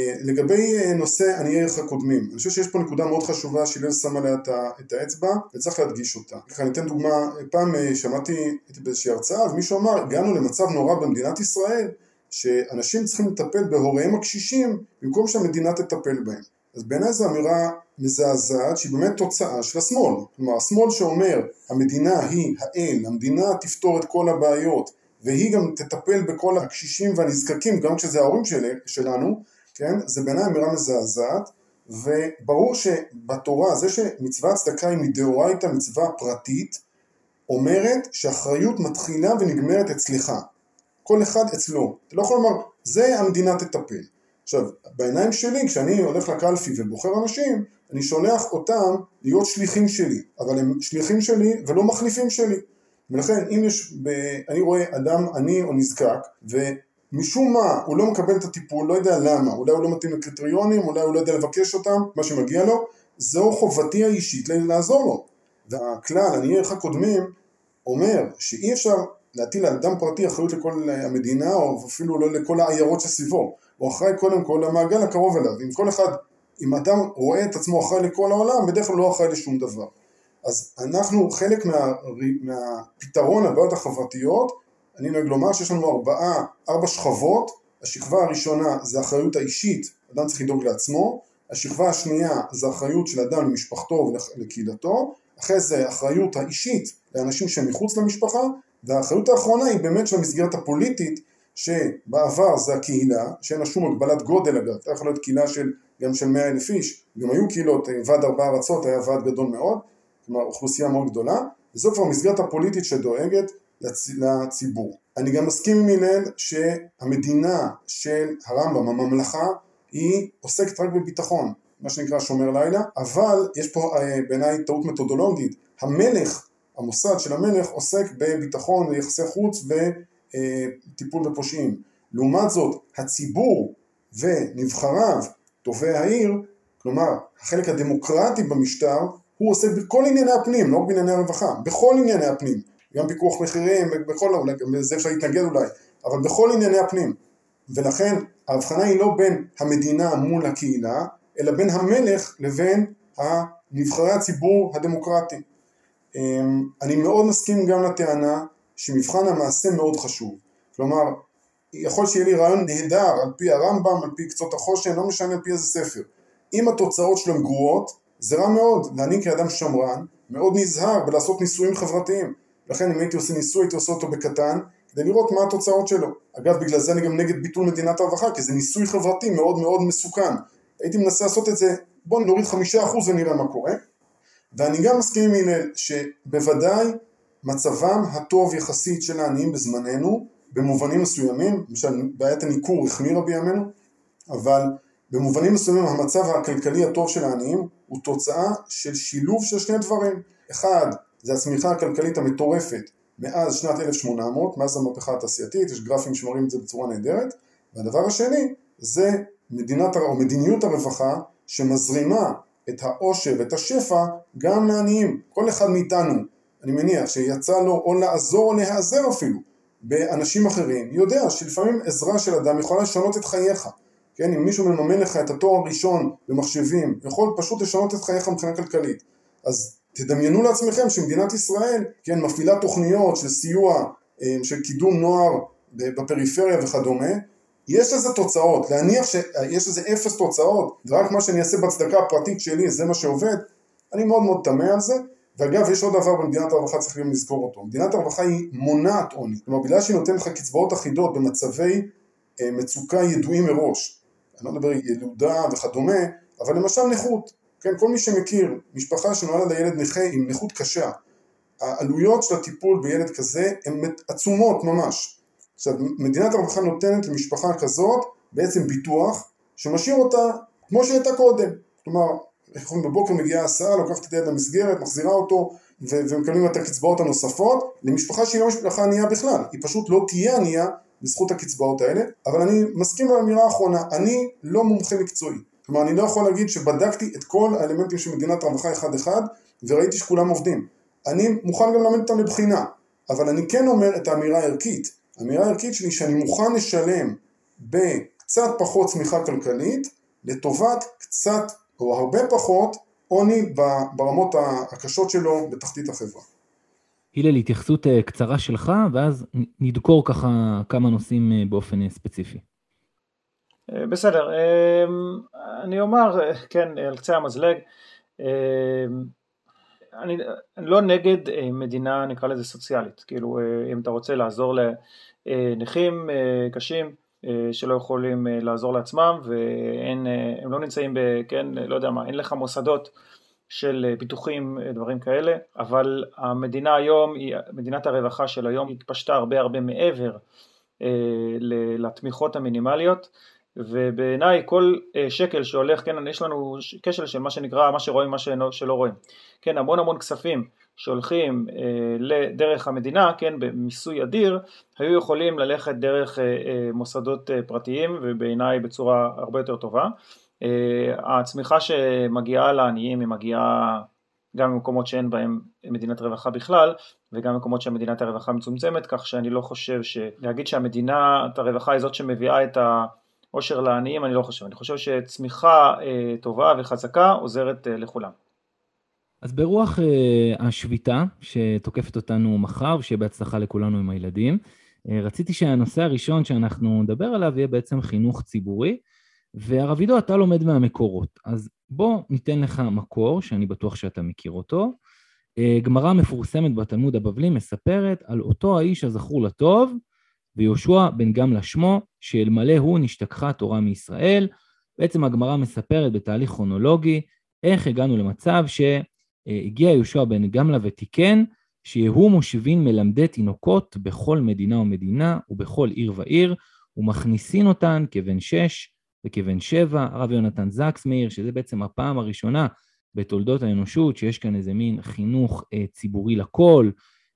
D: לגבי נושא עניי ערך הקודמים, אני חושב שיש פה נקודה מאוד חשובה שהלל שם עליה את האצבע וצריך להדגיש אותה. אני אתן דוגמה, פעם שמעתי באיזושהי הרצאה ומישהו אמר, הגענו למצב נורא במדינת ישראל שאנשים צריכים לטפל בהוריהם הקשישים במקום שהמדינה תטפל בהם. אז בעיניי זו אמירה מזעזעת שהיא באמת תוצאה של השמאל. כלומר, השמאל שאומר המדינה היא האל, המדינה תפתור את כל הבעיות והיא גם תטפל בכל הקשישים והנזקקים גם כשזה ההורים שלנו, כן? זה בעיניי אמירה מזעזעת, וברור שבתורה זה שמצוות צדקה היא מדאורייתא מצווה פרטית, אומרת שאחריות מתחילה ונגמרת אצלך, כל אחד אצלו. אתה לא יכול לומר, זה המדינה תטפל. עכשיו, בעיניים שלי, כשאני הולך לקלפי ובוחר אנשים, אני שולח אותם להיות שליחים שלי, אבל הם שליחים שלי ולא מחליפים שלי. ולכן, אם אני רואה אדם עני או נזקק, ומשום מה הוא לא מקבל את הטיפול, לא יודע למה, אולי הוא לא מתאים לקריטריונים, אולי הוא לא יודע לבקש אותם, מה שמגיע לו, זו חובתי האישית לעזור לו. והכלל, עניי ערך הקודמים, אומר שאי אפשר להטיל על אדם פרטי אחריות לכל המדינה, או אפילו לא לכל העיירות שסביבו. הוא אחראי קודם כל למעגל הקרוב אליו. אם אדם רואה את עצמו אחראי לכל העולם, בדרך כלל לא אחראי לשום דבר. אז אנחנו חלק מהפתרון הבעיות החברתיות, אני נוהג לומר שיש לנו 4 שכבות, השכבה הראשונה זה האחריות האישית, אדם צריך לדאוג לעצמו, השכבה השנייה זה האחריות של אדם למשפחתו ולקהילתו, אחרי זה האחריות האישית לאנשים שהם מחוץ למשפחה, והאחריות האחרונה היא באמת של המסגרת הפוליטית, שבעבר זה הקהילה, שאין לה שום הגבלת גודל אגב, אתה יכול להיות קהילה גם של 100,000 איש, גם היו קהילות, ועד 4 ארצות היה ועד גדול מאוד, כלומר אוכלוסייה מאוד גדולה, וזו כבר מסגרת הפוליטית שדואגת לציבור. אני גם מסכים עם הלל שהמדינה של הרמב"ם, הממלכה, היא עוסקת רק בביטחון, מה שנקרא שומר לילה, אבל יש פה בעיניי טעות מתודולוגית, המוסד של המלך עוסק בביטחון ויחסי חוץ וטיפול בפושעים. לעומת זאת, הציבור ונבחריו, טובי העיר, כלומר החלק הדמוקרטי במשטר, הוא עוסק בכל ענייני הפנים, לא רק בענייני הרווחה, בכל ענייני הפנים, גם פיקוח מחירים, אולי גם בזה אפשר להתנגד אולי, אבל בכל ענייני הפנים. ולכן ההבחנה היא לא בין המדינה מול הקהילה, אלא בין המלך לבין נבחרי הציבור הדמוקרטי. אני מאוד מסכים גם לטענה שמבחן המעשה מאוד חשוב. כלומר, יכול שיהיה לי רעיון נהדר על פי הרמב"ם, על פי קצות החושן, לא משנה על פי איזה ספר. אם התוצאות שלהם גרועות, זה רע מאוד. ואני כאדם שמרן מאוד נזהר בלעשות ניסויים חברתיים. לכן אם הייתי עושה ניסוי, הייתי עושה אותו בקטן, כדי לראות מה התוצאות שלו. אגב, בגלל זה אני גם נגד ביטול מדינת הרווחה, כי זה ניסוי חברתי מאוד מאוד מסוכן. הייתי מנסה לעשות את זה, בוא נוריד 5% ונראה מה קורה. ואני גם מסכים עם הלל שבוודאי מצבם הטוב יחסית של העניים בזמננו, במובנים מסוימים, למשל בעיית הניכור החמירה בימינו, אבל במובנים מסוימים המצב הכלכלי הטוב של העניים הוא תוצאה של שילוב של שני דברים. אחד, זה הצמיחה הכלכלית המטורפת מאז שנת 1800, מאז המהפכה התעשייתית, יש גרפים שמראים את זה בצורה נהדרת, והדבר השני זה מדיניות הרווחה שמזרימה את העושר ואת השפע גם לעניים. כל אחד מאיתנו, אני מניח שיצא לו או לעזור או להיעזר אפילו באנשים אחרים, יודע שלפעמים עזרה של אדם יכולה לשנות את חייך. כן, אם מישהו מממן לך את התואר הראשון במחשבים, יכול פשוט לשנות את חייך מבחינה כלכלית. אז תדמיינו לעצמכם שמדינת ישראל, כן, מפעילה תוכניות של סיוע, של קידום נוער בפריפריה וכדומה, יש לזה תוצאות. להניח שיש לזה 0 תוצאות, ורק מה שאני אעשה בצדקה הפרטית שלי, זה מה שעובד, אני מאוד מאוד תמה על זה. ואגב, יש עוד דבר במדינת הרווחה, צריך גם לזכור אותו. מדינת הרווחה היא מונעת עוני. כלומר, בגלל שהיא נותנת לך קצבאות אחידות במצבי מצוקה ידועים מראש. אני לא מדבר ילודה וכדומה, אבל למשל נכות. כן, כל מי שמכיר משפחה שנולד לילד נכה עם נכות קשה, העלויות של הטיפול בילד כזה הן עצומות ממש. עכשיו, מדינת הרווחה נותנת למשפחה כזאת בעצם ביטוח שמשאיר אותה כמו שהייתה קודם. כלומר, בבוקר מגיעה הסעה, לוקחת את הילד למסגרת, מחזירה אותו ומקבלים את הקצבאות הנוספות. למשפחה שהיא לא משפחה ענייה בכלל, היא פשוט לא תהיה ענייה בזכות הקצבאות האלה. אבל אני מסכים לאמירה האחרונה, אני לא מומחה מקצועי. כלומר, אני לא יכול להגיד שבדקתי את כל האלמנטים של מדינת הרווחה אחד אחד וראיתי שכולם עובדים. אני מוכן גם למד אותם לבחינה, אבל אני כן אומר את האמירה הערכית. האמירה הערכית שלי שאני מוכן לשלם בקצת פחות צמיחה כלכלית לטובת קצת או הרבה פחות עוני ברמות הקשות שלו בתחתית החברה.
B: הלל, התייחסות קצרה שלך, ואז נדקור ככה כמה נושאים באופן ספציפי.
C: בסדר, אני אומר, כן, על קצה המזלג, אני לא נגד מדינה, נקרא לזה סוציאלית, כאילו אם אתה רוצה לעזור לנכים קשים שלא יכולים לעזור לעצמם, והם לא נמצאים כן, לא יודע מה, אין לך מוסדות של ביטוחים, דברים כאלה, אבל המדינה היום, מדינת הרווחה של היום, התפשטה הרבה מעבר לתמיכות המינימליות, ובעיניי כל שקל שהולך, כן, יש לנו כשל של מה שנקרא, מה שרואים, מה שלא רואים. כן, המון כספים שהולכים לדרך המדינה, כן, במיסוי אדיר, היו יכולים ללכת דרך מוסדות פרטיים, ובעיניי בצורה הרבה יותר טובה. הצמיחה שמגיעה לעניים היא מגיעה גם במקומות שאין בהם מדינת רווחה בכלל, וגם במקומות שהמדינת הרווחה מצומצמת, כך שאני לא חושב להגיד שהמדינת הרווחה היא זאת שמביאה את העושר לעניים, אני לא חושב. אני חושב שצמיחה טובה וחזקה עוזרת לכולם.
B: אז ברוח השביתה שתוקפת אותנו מחר, ושיהיה בהצלחה לכולנו עם הילדים, רציתי שהנושא הראשון שאנחנו נדבר עליו יהיה בעצם חינוך ציבורי, והרב עידו, אתה לומד מהמקורות, אז בוא ניתן לך מקור שאני בטוח שאתה מכיר אותו. גמרא מפורסמת בתלמוד הבבלי מספרת על אותו האיש הזכור לטוב, ויהושע בן גמלא שמו, שאלמלא הוא נשתכחה תורה מישראל. בעצם הגמרא מספרת בתהליך כרונולוגי איך הגענו למצב שהגיע יהושע בן גמלא ותיקן שיהו מושבין מלמדי תינוקות בכל מדינה ומדינה ובכל עיר ועיר, ומכניסין אותן כבן 6 וכבן 7. הרב יונתן זקס מאיר, שזה בעצם הפעם הראשונה בתולדות האנושות שיש כאן איזה מין חינוך ציבורי לכל.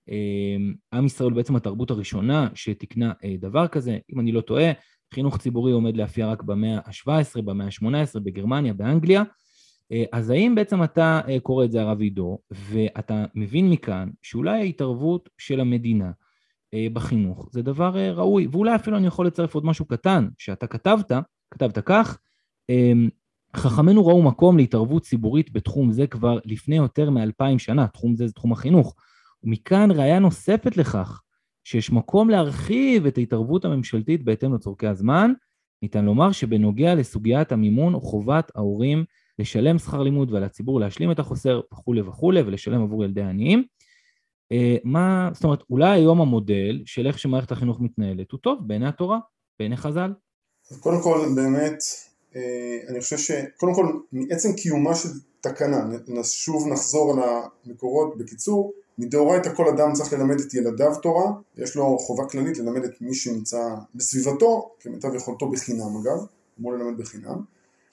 B: עם ישראל בעצם התרבות הראשונה שתקנה דבר כזה. אם אני לא טועה, חינוך ציבורי עומד להפיע רק במאה ה-17, במאה ה-18, בגרמניה, באנגליה. אז האם בעצם אתה קורא את זה הרב עידו, ואתה מבין מכאן שאולי ההתערבות של המדינה בחינוך זה דבר ראוי, ואולי אפילו אני יכול לצרף עוד משהו קטן, שאתה כתבת כך, חכמינו ראו מקום להתערבות ציבורית בתחום זה כבר לפני יותר מ-2000 שנה, תחום זה תחום החינוך, ומכאן ראיה נוספת לכך, שיש מקום להרחיב את ההתערבות הממשלתית בהתאם לצורכי הזמן. ניתן לומר שבנוגע לסוגיית המימון חובת ההורים לשלם שכר לימוד ועל הציבור להשלים את החוסר וכו' ולשלם עבור ילדי העניים. זאת אומרת, אולי היום המודל של איך שמערכת החינוך מתנהלת הוא טוב בעיני התורה, בעיני חז"ל?
D: קודם כל, באמת, אני חושב שקודם כל, מעצם קיומה של תקנה, שוב נחזור למקורות בקיצור, מדאורייתא כל אדם צריך ללמד את ילדיו תורה, יש לו חובה כללית ללמד את מי שנמצא בסביבתו, כמיטב יכולתו בחינם אגב, אמור ללמד בחינם.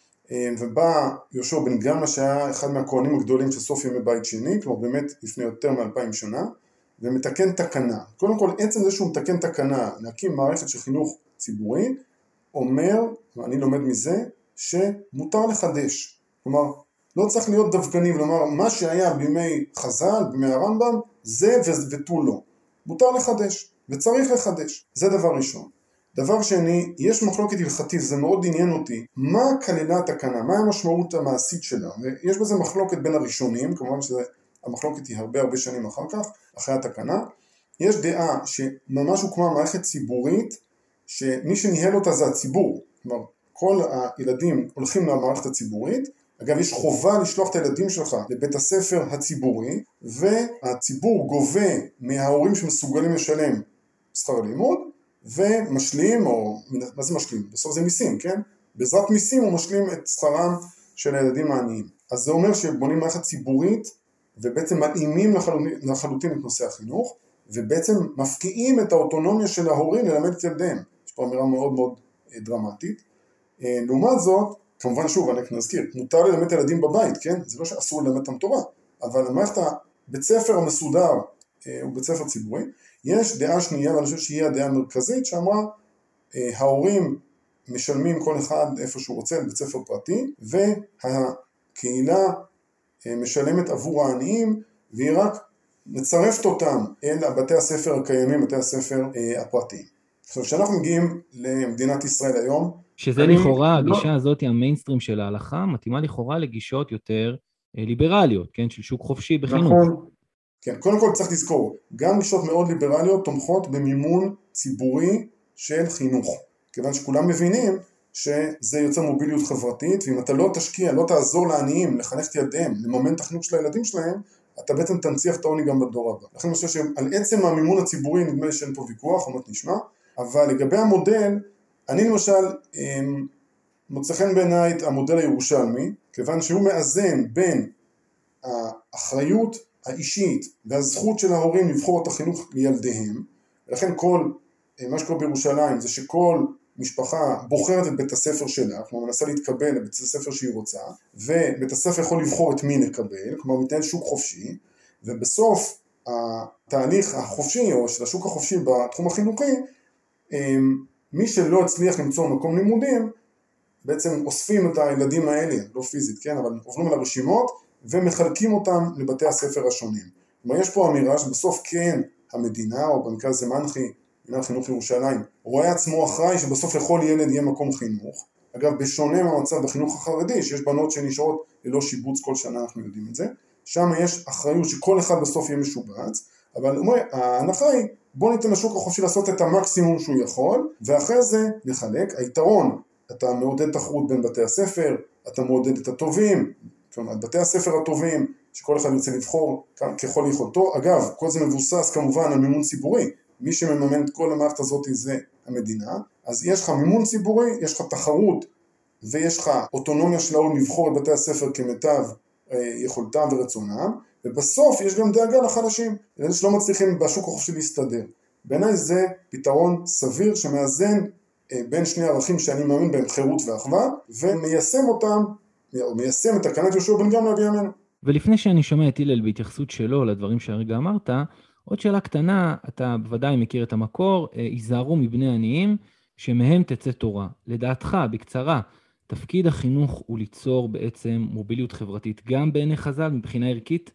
D: ובא יהושע בן גמלא שהיה אחד מהכהנים הגדולים של סוף ימי בית שני, כלומר באמת לפני יותר מ-2000 שנה, ומתקן תקנה. קודם כל, עצם זה שהוא מתקן תקנה, להקים מערכת של חינוך ציבורי, אומר, ואני לומד מזה, שמותר לחדש. כלומר, לא צריך להיות דווקני ולומר, מה שהיה בימי חז"ל, בימי הרמב"ם, זה ותו לא. מותר לחדש, וצריך לחדש. זה דבר ראשון. דבר שני, יש מחלוקת הלכתית, זה מאוד עניין אותי, מה כללה התקנה, מה המשמעות המעשית שלה, ויש בזה מחלוקת בין הראשונים, כמובן שהמחלוקת היא הרבה שנים אחר כך, אחרי התקנה, יש דעה שממש הוקמה מערכת ציבורית, שמי שניהל אותה זה הציבור, כלומר, כל הילדים הולכים למערכת הציבורית, אגב, יש חובה לשלוח את הילדים שלך לבית הספר הציבורי, והציבור גובה מההורים שמסוגלים לשלם שכר לימוד, ומשלים, או מה זה משלים? בסוף זה מיסים, כן? בעזרת מיסים הוא משלים את שכרם של הילדים העניים. אז זה אומר שבונים מערכת ציבורית, ובעצם מתאימים לחלוטין את נושא החינוך, ובעצם מפקיעים את האוטונומיה של ההורים ללמד את ילדיהם. יש פה אמירה מאוד מאוד דרמטית. לעומת זאת, כמובן שוב, אני נזכיר, מותר ללמד את הילדים בבית, כן? זה לא שאסור ללמד אותם תורה, אבל למערכת הבית ספר המסודר הוא בית ספר ציבורי. יש דעה שנייה, ואני חושב שהיא הדעה המרכזית, שאמרה, ההורים משלמים כל אחד איפה שהוא רוצה, בית ספר פרטי, והקהילה משלמת עבור העניים, והיא רק מצרפת אותם אל בתי הספר הקיימים, בתי הספר הפרטיים. עכשיו, כשאנחנו מגיעים למדינת ישראל היום,
B: שזה לכאורה, הגישה הזאת, המיינסטרים של ההלכה, מתאימה לכאורה לגישות יותר ליברליות, כן, של שוק חופשי בחינוך.
D: נכון. כן, קודם כל צריך לזכור, גם גישות מאוד ליברליות תומכות במימון ציבורי של חינוך, כיוון שכולם מבינים שזה יוצר מוביליות חברתית, ואם אתה לא תשקיע, לא תעזור לעניים, לחנך את ילדיהם, לממן את החינוך של הילדים שלהם, אתה בעצם תנציח את העוני גם בדור הבא. לכן אני חושב שעל עצם המימון הציבורי נדמה לי שאין פה ויכוח, או נשמע, אבל לגבי המודל, אני למשל מוצא חן בעיניי את המודל הירושלמי, כיוון שהוא מאזן בין האחריות האישית והזכות של ההורים לבחור את החינוך לילדיהם, ולכן כל מה שקורה בירושלים זה שכל משפחה בוחרת את בית הספר שלה, כלומר מנסה להתקבל לבית הספר שהיא רוצה, ובית הספר יכול לבחור את מי לקבל, כלומר מתנהל שוק חופשי, ובסוף התהליך החופשי או של השוק החופשי בתחום החינוכי, מי שלא הצליח למצוא מקום לימודים, בעצם אוספים את הילדים האלה, לא פיזית, כן, אבל עוברים על הרשימות, ומחלקים אותם לבתי הספר השונים. כלומר, יש פה אמירה שבסוף כן המדינה, או במקרה הזה מנח"י, מנהל חינוך ירושלים, רואה עצמו אחראי שבסוף לכל ילד יהיה מקום חינוך. אגב, בשונה מהמצב בחינוך החרדי, שיש בנות שנשארות ללא שיבוץ כל שנה, אנחנו יודעים את זה, שם יש אחריות שכל אחד בסוף יהיה משובץ, אבל ההנחה היא, בוא ניתן לשוק החופשי לעשות את המקסימום שהוא יכול, ואחרי זה נחלק. היתרון, אתה מעודד תחרות בין בתי הספר, אתה מעודד את הטובים, כלומר, בתי הספר הטובים, שכל אחד ירצה לבחור ככל יכולתו. אגב, כל זה מבוסס כמובן על מימון ציבורי, מי שמממן את כל המערכת הזאת זה המדינה, אז יש לך מימון ציבורי, יש לך תחרות, ויש לך אוטונומיה של ההורים לבחור את בתי הספר כמיטב יכולתם ורצונם, ובסוף יש גם דאגה לחלשים, אלה שלא מצליחים בשוק החופשי להסתדר. בעיניי זה פתרון סביר שמאזן בין שני ערכים שאני מאמין בהם, חירות ואחווה, ומיישם אותם, או מיישם את תקנת יהושע בן גמלא בימינו.
B: ולפני שאני שומע את הלל בהתייחסות שלו לדברים שהרגע אמרת, עוד שאלה קטנה, אתה בוודאי מכיר את המקור, היזהרו מבני עניים, שמהם תצא תורה. לדעתך, בקצרה, תפקיד החינוך הוא ליצור בעצם מוביליות חברתית, גם בעיני חז"ל מבחינה ערכית?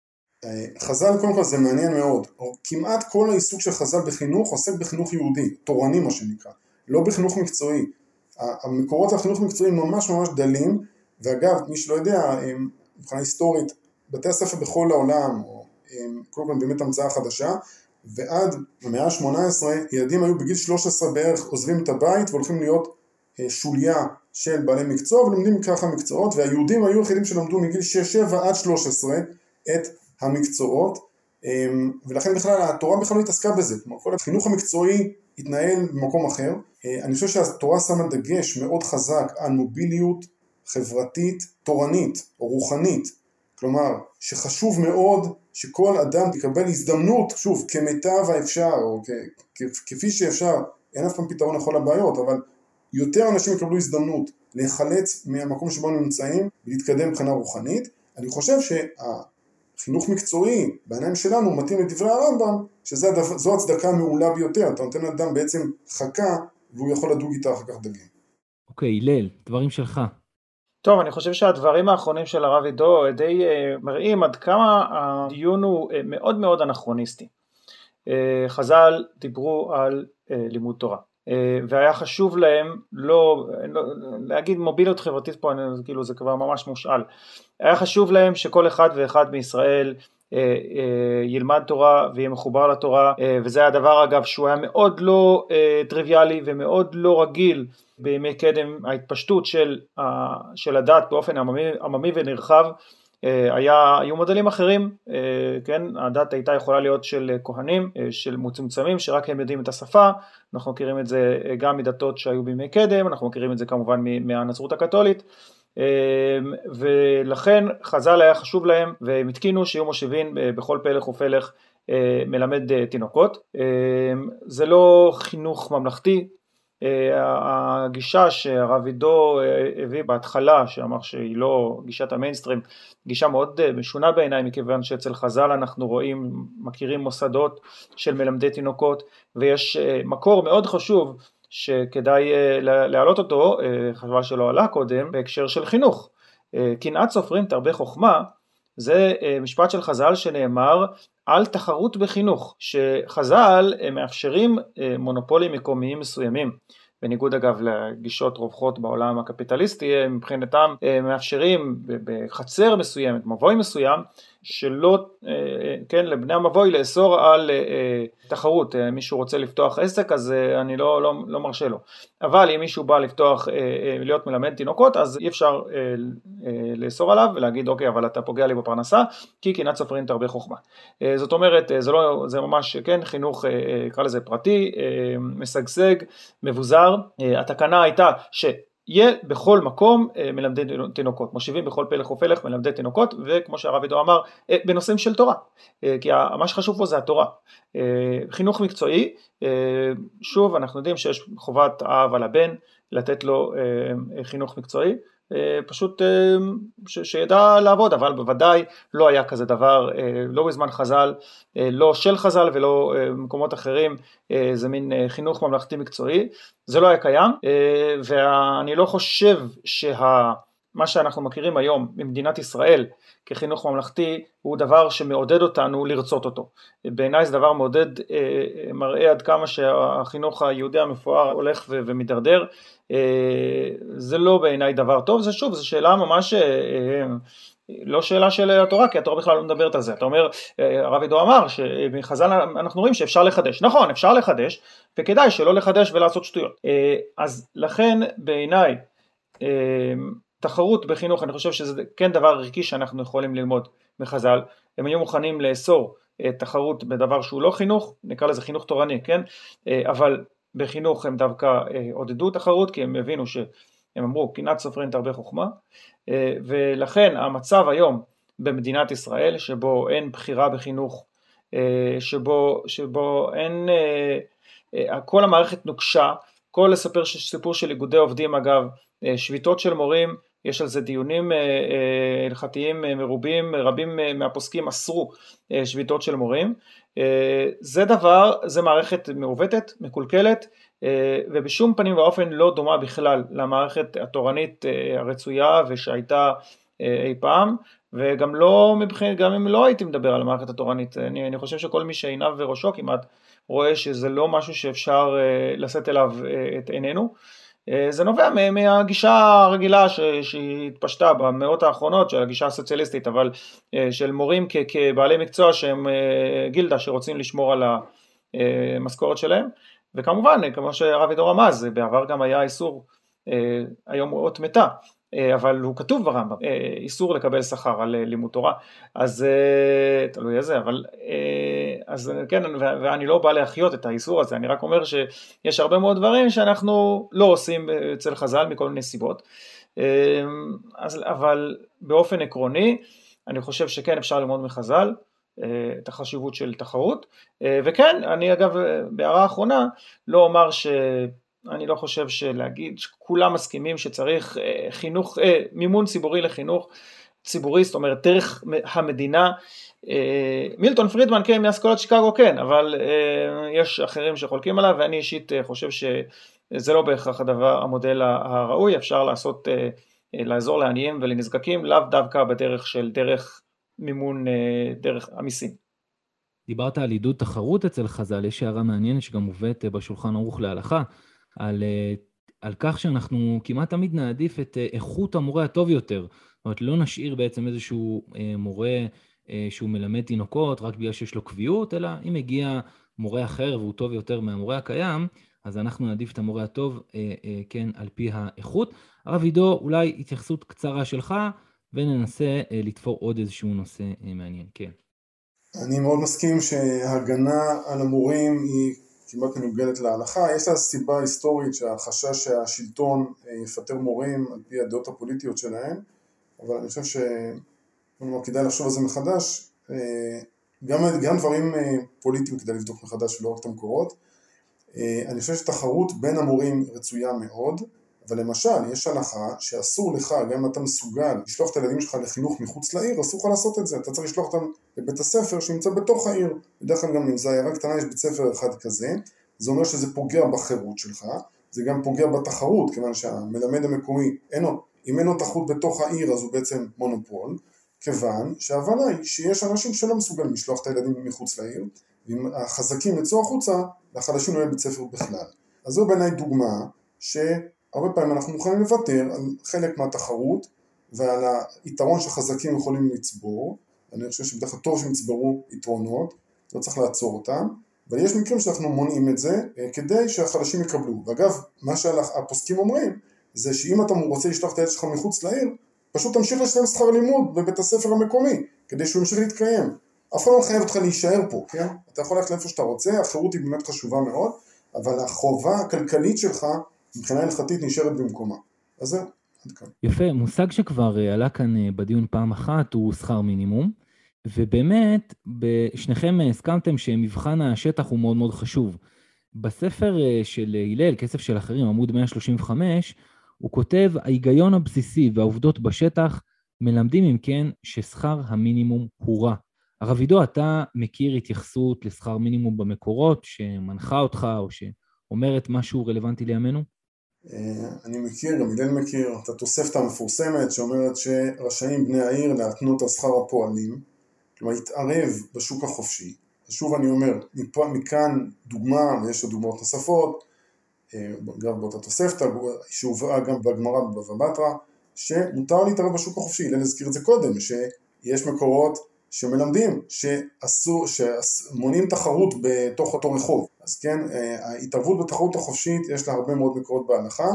D: חז"ל קודם כל זה מעניין מאוד, כמעט כל העיסוק של חז"ל בחינוך עוסק בחינוך יהודי, תורני מה שנקרא, לא בחינוך מקצועי. המקורות החינוך מקצועי ממש ממש דלים, ואגב, מי שלא יודע, מבחינה היסטורית, בתי הספר בכל העולם, קודם כל באמת המצאה חדשה, ועד המאה ה-18 ילדים היו בגיל 13 בערך עוזבים את הבית והולכים להיות שוליה של בעלי מקצוע ולומדים ככה מקצועות, והיהודים היו יחידים שלמדו מגיל 6-7 עד 13 את המקצועות, ולכן בכלל התורה בכלל לא התעסקה בזה, כלומר כל החינוך המקצועי התנהל במקום אחר. אני חושב שהתורה שמה דגש מאוד חזק על מוביליות חברתית תורנית או רוחנית, כלומר שחשוב מאוד שכל אדם יקבל הזדמנות, שוב, כמיטב האפשר, או כפי שאפשר, אין אף פעם פתרון לכל הבעיות, אבל יותר אנשים יקבלו הזדמנות להיחלץ מהמקום שבו הם נמצאים ולהתקדם מבחינה רוחנית. אני חושב שהחינוך מקצועי בעיניים שלנו מתאים לדברי הרמב"ם, שזו הצדקה המעולה ביותר, אתה נותן לאדם בעצם חכה והוא יכול לדוג איתה אחר כך דגים.
B: אוקיי, הלל, דברים שלך.
C: טוב, אני חושב שהדברים האחרונים של הרב עידו די מראים עד כמה הדיון הוא מאוד מאוד אנכרוניסטי. חז"ל דיברו על לימוד תורה, והיה חשוב להם לא להגיד מוביליות חברתית פה, כאילו זה כבר ממש מושאל. היה חשוב להם שכל אחד ואחד מישראל ילמד תורה ויהיה מחובר לתורה, וזה הדבר אגב שהוא היה מאוד לא טריוויאלי ומאוד לא רגיל בימי קדם. ההתפשטות של הדת באופן עממי ונרחב, היו מודלים אחרים, כן? הדת הייתה יכולה להיות של כהנים, של מצומצמים שרק הם יודעים את השפה. אנחנו מכירים את זה גם מדתות שהיו בימי קדם, אנחנו מכירים את זה כמובן מהנצרות הקתולית, ולכן חז"ל היה חשוב להם והם התקינו שיהיו מושיבים בכל פלך ופלך מלמד תינוקות. זה לא חינוך ממלכתי. הגישה שהרב עידו הביא בהתחלה, שאמר שהיא לא גישת המיינסטרים, גישה מאוד משונה בעיניי, מכיוון שאצל חז"ל אנחנו מכירים מוסדות של מלמדי תינוקות, ויש מקור מאוד חשוב שכדאי להעלות אותו, חשבה שלא עלה קודם, בהקשר של חינוך. קנאת סופרים תרבה חוכמה, זה משפט של חז"ל שנאמר על תחרות בחינוך, שחז"ל מאפשרים מונופולים מקומיים מסוימים, בניגוד אגב לגישות רווחות בעולם הקפיטליסטי, מבחינתם מאפשרים בחצר מסוימת, מבוי מסוים, שלא, כן, לבני המבוי לאסור על תחרות. מישהו רוצה לפתוח עסק, אז אני לא מרשה לו. אבל אם מישהו בא לפתוח, להיות מלמד תינוקות, אז אי אפשר לאסור עליו ולהגיד, אוקיי, אבל אתה פוגע לי בפרנסה, כי קנאת סופרים תרבה חוכמה. זאת אומרת, זה ממש, כן, חינוך, נקרא לזה פרטי, משגשג, מבוזר. התקנה הייתה יהיה בכל מקום מלמדי תינוקות, מושיבים בכל פלח ופלח מלמדי תינוקות, וכמו שהרב עידו אמר, בנושאים של תורה, כי מה שחשוב פה זה התורה. חינוך מקצועי, שוב אנחנו יודעים שיש חובת האב על הבן, לתת לו חינוך מקצועי, פשוט שידע לעבוד, אבל בוודאי לא היה כזה דבר, לא בזמן חז"ל, לא של חז"ל ולא מקומות אחרים, זה מין חינוך ממלכתי מקצועי, זה לא היה קיים, ואני לא חושב מה שאנחנו מכירים היום במדינת ישראל כחינוך ממלכתי הוא דבר שמעודד אותנו לרצות אותו. בעיניי זה דבר מעודד, מראה עד כמה שהחינוך היהודי המפואר הולך ומתדרדר. זה לא בעיניי דבר טוב, זה שוב, זו שאלה ממש לא שאלה של התורה, כי התורה בכלל לא מדברת על זה. אתה אומר, הרב עידו אמר שמחז"ל אנחנו רואים שאפשר לחדש. נכון, אפשר לחדש, וכדאי שלא לחדש ולעשות שטויות. אז לכן בעיניי תחרות בחינוך, אני חושב שזה כן דבר ערכי שאנחנו יכולים ללמוד מחז"ל. הם היו מוכנים לאסור תחרות בדבר שהוא לא חינוך, נקרא לזה חינוך תורני, כן? אבל בחינוך הם דווקא עודדו תחרות, כי הם הבינו שהם אמרו, קנאת סופרים תרבה חוכמה, ולכן המצב היום במדינת ישראל, שבו אין בחירה בחינוך, שבו אין, כל המערכת נוקשה, כל סיפור של איגודי עובדים אגב, שביתות של מורים, יש על זה דיונים הלכתיים מרובים, רבים מהפוסקים אסרו שביתות של מורים, זה מערכת מעוותת, מקולקלת, ובשום פנים ואופן לא דומה בכלל למערכת התורנית הרצויה ושהייתה אי פעם, וגם לא, גם אם לא הייתי מדבר על המערכת התורנית, אני חושב שכל מי שעיניו וראשו כמעט רואה שזה לא משהו שאפשר לשאת אליו את עינינו. זה נובע מהגישה הרגילה שהתפשטה במאות האחרונות של הגישה הסוציאליסטית, אבל של מורים כבעלי מקצוע שהם גילדה שרוצים לשמור על המשכורת שלהם, וכמובן כמו שהרב עידו רמז, בעבר גם היה איסור, היום הוא אות מתה, אבל הוא כתוב ברמב"ם, איסור לקבל שכר על לימוד תורה, אז תלוי איזה, אבל אז כן, ואני לא בא להחיות את האיסור הזה, אני רק אומר שיש הרבה מאוד דברים שאנחנו לא עושים אצל חז"ל מכל מיני סיבות, אבל באופן עקרוני, אני חושב שכן אפשר ללמוד מחז"ל, את החשיבות של תחרות, וכן, אני אגב בהערה האחרונה לא אומר אני לא חושב שלהגיד שכולם מסכימים שצריך חינוך, מימון ציבורי לחינוך ציבורי, זאת אומרת דרך המדינה, מילטון פרידמן כן, מאסכולת שיקגו כן, אבל יש אחרים שחולקים עליו, ואני אישית חושב שזה לא בהכרח המודל הראוי, אפשר לעזור לעניים ולנזקקים, לאו דווקא בדרך של דרך מימון, דרך המיסים.
B: דיברת על עידוד תחרות אצל חז"ל, יש הערה מעניינת שגם מובאת בשולחן ערוך להלכה, על כך שאנחנו כמעט תמיד נעדיף את איכות המורה הטוב יותר, זאת אומרת לא נשאיר בעצם איזשהו מורה שהוא מלמד תינוקות רק בגלל שיש לו קביעות, אלא אם הגיע מורה אחר והוא טוב יותר מהמורה הקיים, אז אנחנו נעדיף את המורה הטוב כן על פי האיכות. הרב עידו, אולי התייחסות קצרה שלך וננסה לתפור עוד איזשהו נושא מעניין. כן.
D: אני מאוד מסכים שההגנה על המורים היא כמעט מנוגדת להלכה. יש לה סיבה היסטורית שהחשש שהשלטון יפטר מורים על פי הדעות הפוליטיות שלהם, אבל אני חושב שכדאי לחשוב על זה מחדש. גם דברים פוליטיים כדי לבדוק מחדש ולא רק את המקורות. אני חושב שתחרות בין המורים רצויה מאוד, אבל למשל יש הנחה שאסור לך, גם אם אתה מסוגל לשלוח את הילדים שלך לחינוך מחוץ לעיר, אסור לך לעשות את זה, אתה צריך לשלוח אותם לבית הספר שנמצא בתוך העיר, בדרך כלל גם אם זה עיירה קטנה יש בית ספר אחד כזה, זה אומר שזה פוגע בחירות שלך, זה גם פוגע בתחרות, כיוון שהמלמד המקומי, אם אין לו תחרות בתוך העיר אז הוא בעצם מונופול, כיוון שההבנה היא שיש אנשים שלא מסוגלים לשלוח את הילדים מחוץ לעיר, ואם החזקים יצאו החוצה, לחלשים לא יהיה בית ספר בכלל. אז זו בעיניי דוגמה שהרבה פעמים אנחנו מוכנים לוותר על חלק מהתחרות, ועל היתרון שחזקים יכולים לצבור, אני חושב שבדרך כלל טוב שמצברו יתרונות, לא צריך לעצור אותם, אבל יש מקרים שאנחנו מונעים את זה כדי שהחלשים יקבלו. ואגב, מה שהפוסקים אומרים, זה שאם אתה רוצה לשלוח את הילד שלך מחוץ לעיר, פשוט תמשיך לשלם שכר לימוד בבית הספר המקומי, כדי שהוא ימשיך להתקיים. אף אחד לא מחייב אותך להישאר פה, כן? אתה יכול ללכת לאיפה שאתה רוצה, החירות היא באמת חשובה מאוד, אבל החובה הכלכלית שלך, מבחינה הלכתית, נשארת במקומה. אז זה, עד כאן.
B: יפה, מושג שכבר עלה כאן בדיון פעם אחת, הוא שכר מינימום, ובאמת, שניכם הסכמתם שמבחן השטח הוא מאוד מאוד חשוב. בספר של הלל, כסף של אחרים, עמוד 135, הוא כותב, ההיגיון הבסיסי והעובדות בשטח מלמדים אם כן ששכר המינימום הוא רע. הרב עידו, אתה מכיר התייחסות לשכר מינימום במקורות שמנחה אותך או שאומרת משהו רלוונטי לימינו?
D: אני מכיר, גם הלל מכיר, את התוספתא המפורסמת שאומרת שרשאים בני העיר להתנות על שכר הפועלים, כלומר להתערב בשוק החופשי. שוב אני אומר, מכאן דוגמה, ויש עוד דוגמאות נוספות, גם באותה תוספתא, שהובאה גם בגמרא בבבא בתרא, שמותר להתערב בשוק החופשי. הלל הזכיר את זה קודם, שיש מקורות שמלמדים שמונעים תחרות בתוך אותו רחוב. אז כן, ההתערבות בתחרות החופשית יש לה הרבה מאוד מקורות בהלכה.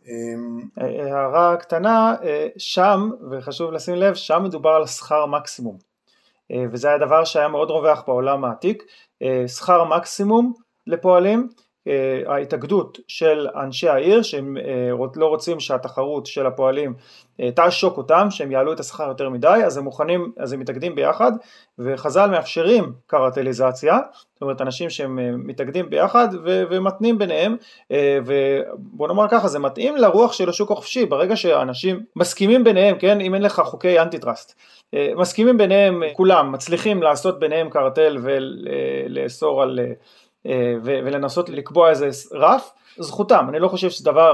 C: הערה קטנה, שם, וחשוב לשים לב, שם מדובר על שכר מקסימום. וזה היה דבר שהיה מאוד רווח בעולם העתיק, שכר מקסימום לפועלים, ההתאגדות של אנשי העיר שהם לא רוצים שהתחרות של הפועלים תעשוק אותם, שהם יעלו את השכר יותר מדי, אז הם מוכנים, אז הם מתאגדים ביחד, וחז"ל מאפשרים קרטליזציה, זאת אומרת אנשים שהם מתאגדים ביחד ומתנים ביניהם, ובוא נאמר ככה, זה מתאים לרוח של השוק החופשי, ברגע שאנשים מסכימים ביניהם, כן, אם אין לך חוקי אנטי-טראסט, מסכימים ביניהם, כולם מצליחים לעשות ביניהם קרטל ולאסור על ולנסות לקבוע איזה רף, זכותם. אני לא חושב שזה דבר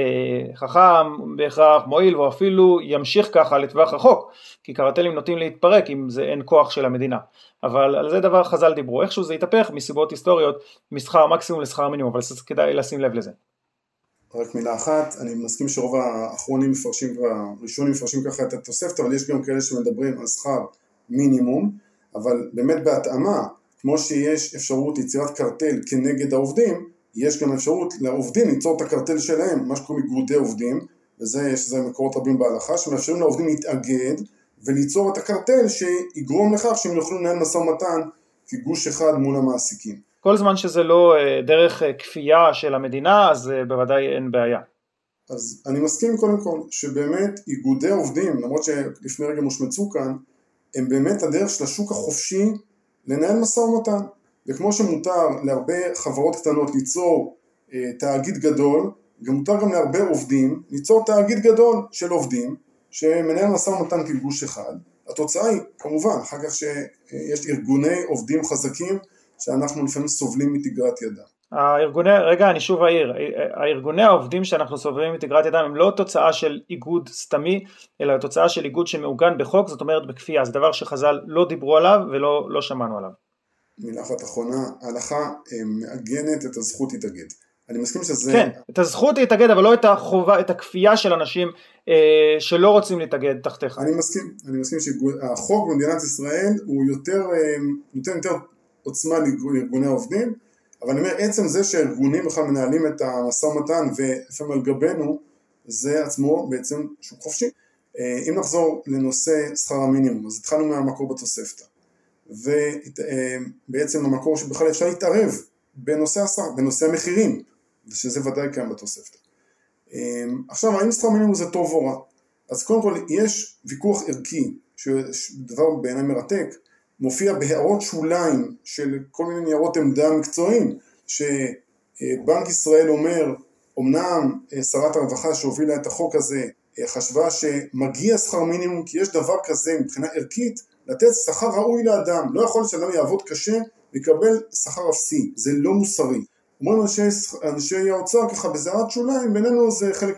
C: חכם בהכרח מועיל, או אפילו ימשיך ככה לטווח רחוק, כי קרטלים נוטים להתפרק אם זה אין כוח של המדינה, אבל על זה דבר חז"ל דיברו, איכשהו זה יתהפך מסיבות היסטוריות, משכר מקסימום לשכר מינימום, אבל כדאי לשים לב לזה.
D: רק מילה אחת, אני מסכים שרוב האחרונים מפרשים והראשונים מפרשים ככה את התוספתא, אבל יש גם כאלה שמדברים על שכר מינימום, אבל באמת בהתאמה, כמו שיש אפשרות ליצירת קרטל כנגד העובדים, יש גם אפשרות לעובדים ליצור את הקרטל שלהם, מה שקוראים איגודי עובדים, וזה יש לזה מקורות רבים בהלכה, שמאפשרים לעובדים להתאגד וליצור את הקרטל שיגרום לכך שהם יוכלו לנהל משא ומתן כגוש אחד מול המעסיקים.
C: כל זמן שזה לא דרך כפייה של המדינה, אז בוודאי אין בעיה.
D: אז אני מסכים קודם כל שבאמת איגודי עובדים, למרות שלפני רגע מושמצו כאן, הם באמת הדרך של השוק החופשי לנהל משא ומתן. וכמו שמותר להרבה חברות קטנות ליצור תאגיד גדול, גם מותר גם להרבה עובדים ליצור תאגיד גדול של עובדים שמנהל משא ומתן כגוש אחד. התוצאה היא כמובן אחר כך שיש ארגוני עובדים חזקים שאנחנו לפעמים סובלים מתגרת ידם.
C: אני שוב הארגוני העובדים שאנחנו סובלים מתגרת ידם הם לא תוצאה של איגוד סתמי, אלא תוצאה של איגוד שמעוגן בחוק, זאת אומרת בכפייה, זה דבר שחז"ל לא דיברו עליו ולא שמענו עליו.
D: מילה אחת אחרונה, ההלכה מעגנת את הזכות להתאגד. אני מסכים שזה...
C: כן, את הזכות להתאגד, אבל לא את החובה, את הכפייה של אנשים שלא רוצים להתאגד תחתיך.
D: אני מסכים שהחוק במדינת ישראל הוא יותר עוצמה לארגוני העובדים, אבל אני אומר, עצם זה שהארגונים בכלל מנהלים את המשא ומתן ולפעמים על גבינו, זה עצמו בעצם שוק חופשי. אם נחזור לנושא שכר המינימום, אז התחלנו מהמקור בתוספתא. ובעצם המקור שבכלל אפשר להתערב בנושא השכר, בנושא המחירים, שזה ודאי קיים בתוספתא. עכשיו, האם שכר מינימום זה טוב או רע? אז קודם כל, יש ויכוח ערכי, שדבר בעיניי מרתק, מופיע בהערות שוליים של כל מיני ניירות עמדה מקצועיים, שבנק ישראל אומר, אמנם שרת הרווחה שהובילה את החוק הזה, חשבה שמגיע שכר מינימום, כי יש דבר כזה מבחינה ערכית, לתת שכר ראוי לאדם, לא יכול שאדם יעבוד קשה ויקבל שכר אפסי, זה לא מוסרי. אומרים אנשי האוצר ככה בזהרת שוליים, בינינו זה חלק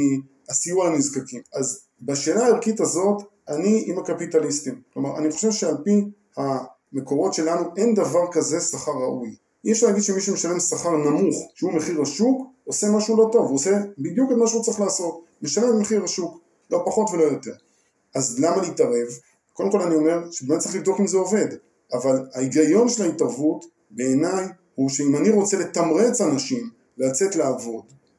D: מהסיוע לנזקקים. אז בשאלה הערכית הזאת, אני עם הקפיטליסטים. כלומר, אני חושב שעל פי המקורות שלנו אין דבר כזה שכר ראוי. אי אפשר להגיד שמישהו משלם שכר נמוך, שהוא מחיר השוק, עושה משהו לא טוב, הוא עושה בדיוק את מה שהוא צריך לעשות, משלם את מחיר השוק, לא פחות ולא יותר. אז למה להתערב? קודם כל אני אומר שבאמת צריך לבדוק אם זה עובד, אבל ההיגיון של ההתערבות בעיניי הוא שאם אני רוצה לתמרץ אנשים לצאת לעבוד,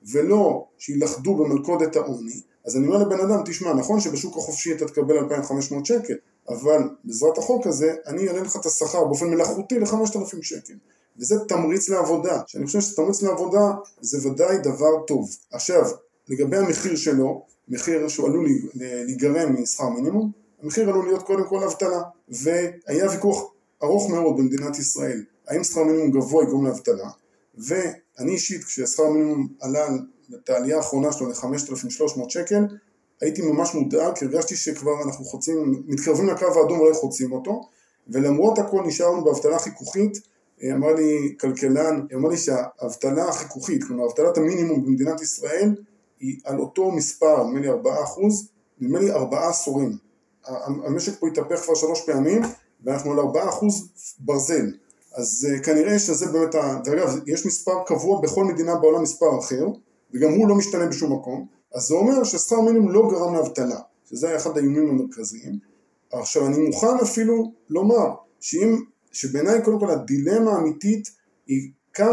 D: ולא שילכדו במלכודת העוני, אז אני אומר לבן אדם, תשמע, נכון שבשוק החופשי אתה תקבל 2,500 שקל, אבל בעזרת החוק הזה אני אעלה לך את השכר באופן מלאכותי ל5,000 שקל. וזה תמריץ לעבודה, שאני חושב שתמריץ לעבודה זה ודאי דבר טוב. עכשיו, לגבי המחיר שלו, מחיר שהוא עלול להיגרם משכר מינימום, המחיר עלול להיות קודם כל אבטלה, והיה ויכוח ארוך מאוד במדינת ישראל, האם שכר מינימום גבוה יגרום לאבטלה, ואני אישית כששכר מינימום עלה את העלייה האחרונה שלו ל-5,300 שקל, הייתי ממש מודאג, כי הרגשתי שכבר אנחנו מתקרבים לקו האדום ולא חוצים אותו, ולמרות הכל נשארנו באבטלה חיכוכית. אמר לי כלכלן, אמר לי שהאבטלה החיכוכית, כלומר אבטלת המינימום במדינת ישראל, היא על אותו מספר, נדמה לי 4%, נדמה לי 4 עשורים. המשק פה התהפך כבר 3 פעמים, ואנחנו על 4% ברזל. אז כנראה שזה באמת, ואגב, יש מספר קבוע בכל מדינה בעולם, מספר אחר, וגם הוא לא משתנה בשום מקום, אז זה אומר ששכר מינימום לא גרם לאבטלה, שזה היה אחד האיומים המרכזיים. עכשיו אני מוכן אפילו לומר, שבעיניי קודם כל הדילמה האמיתית היא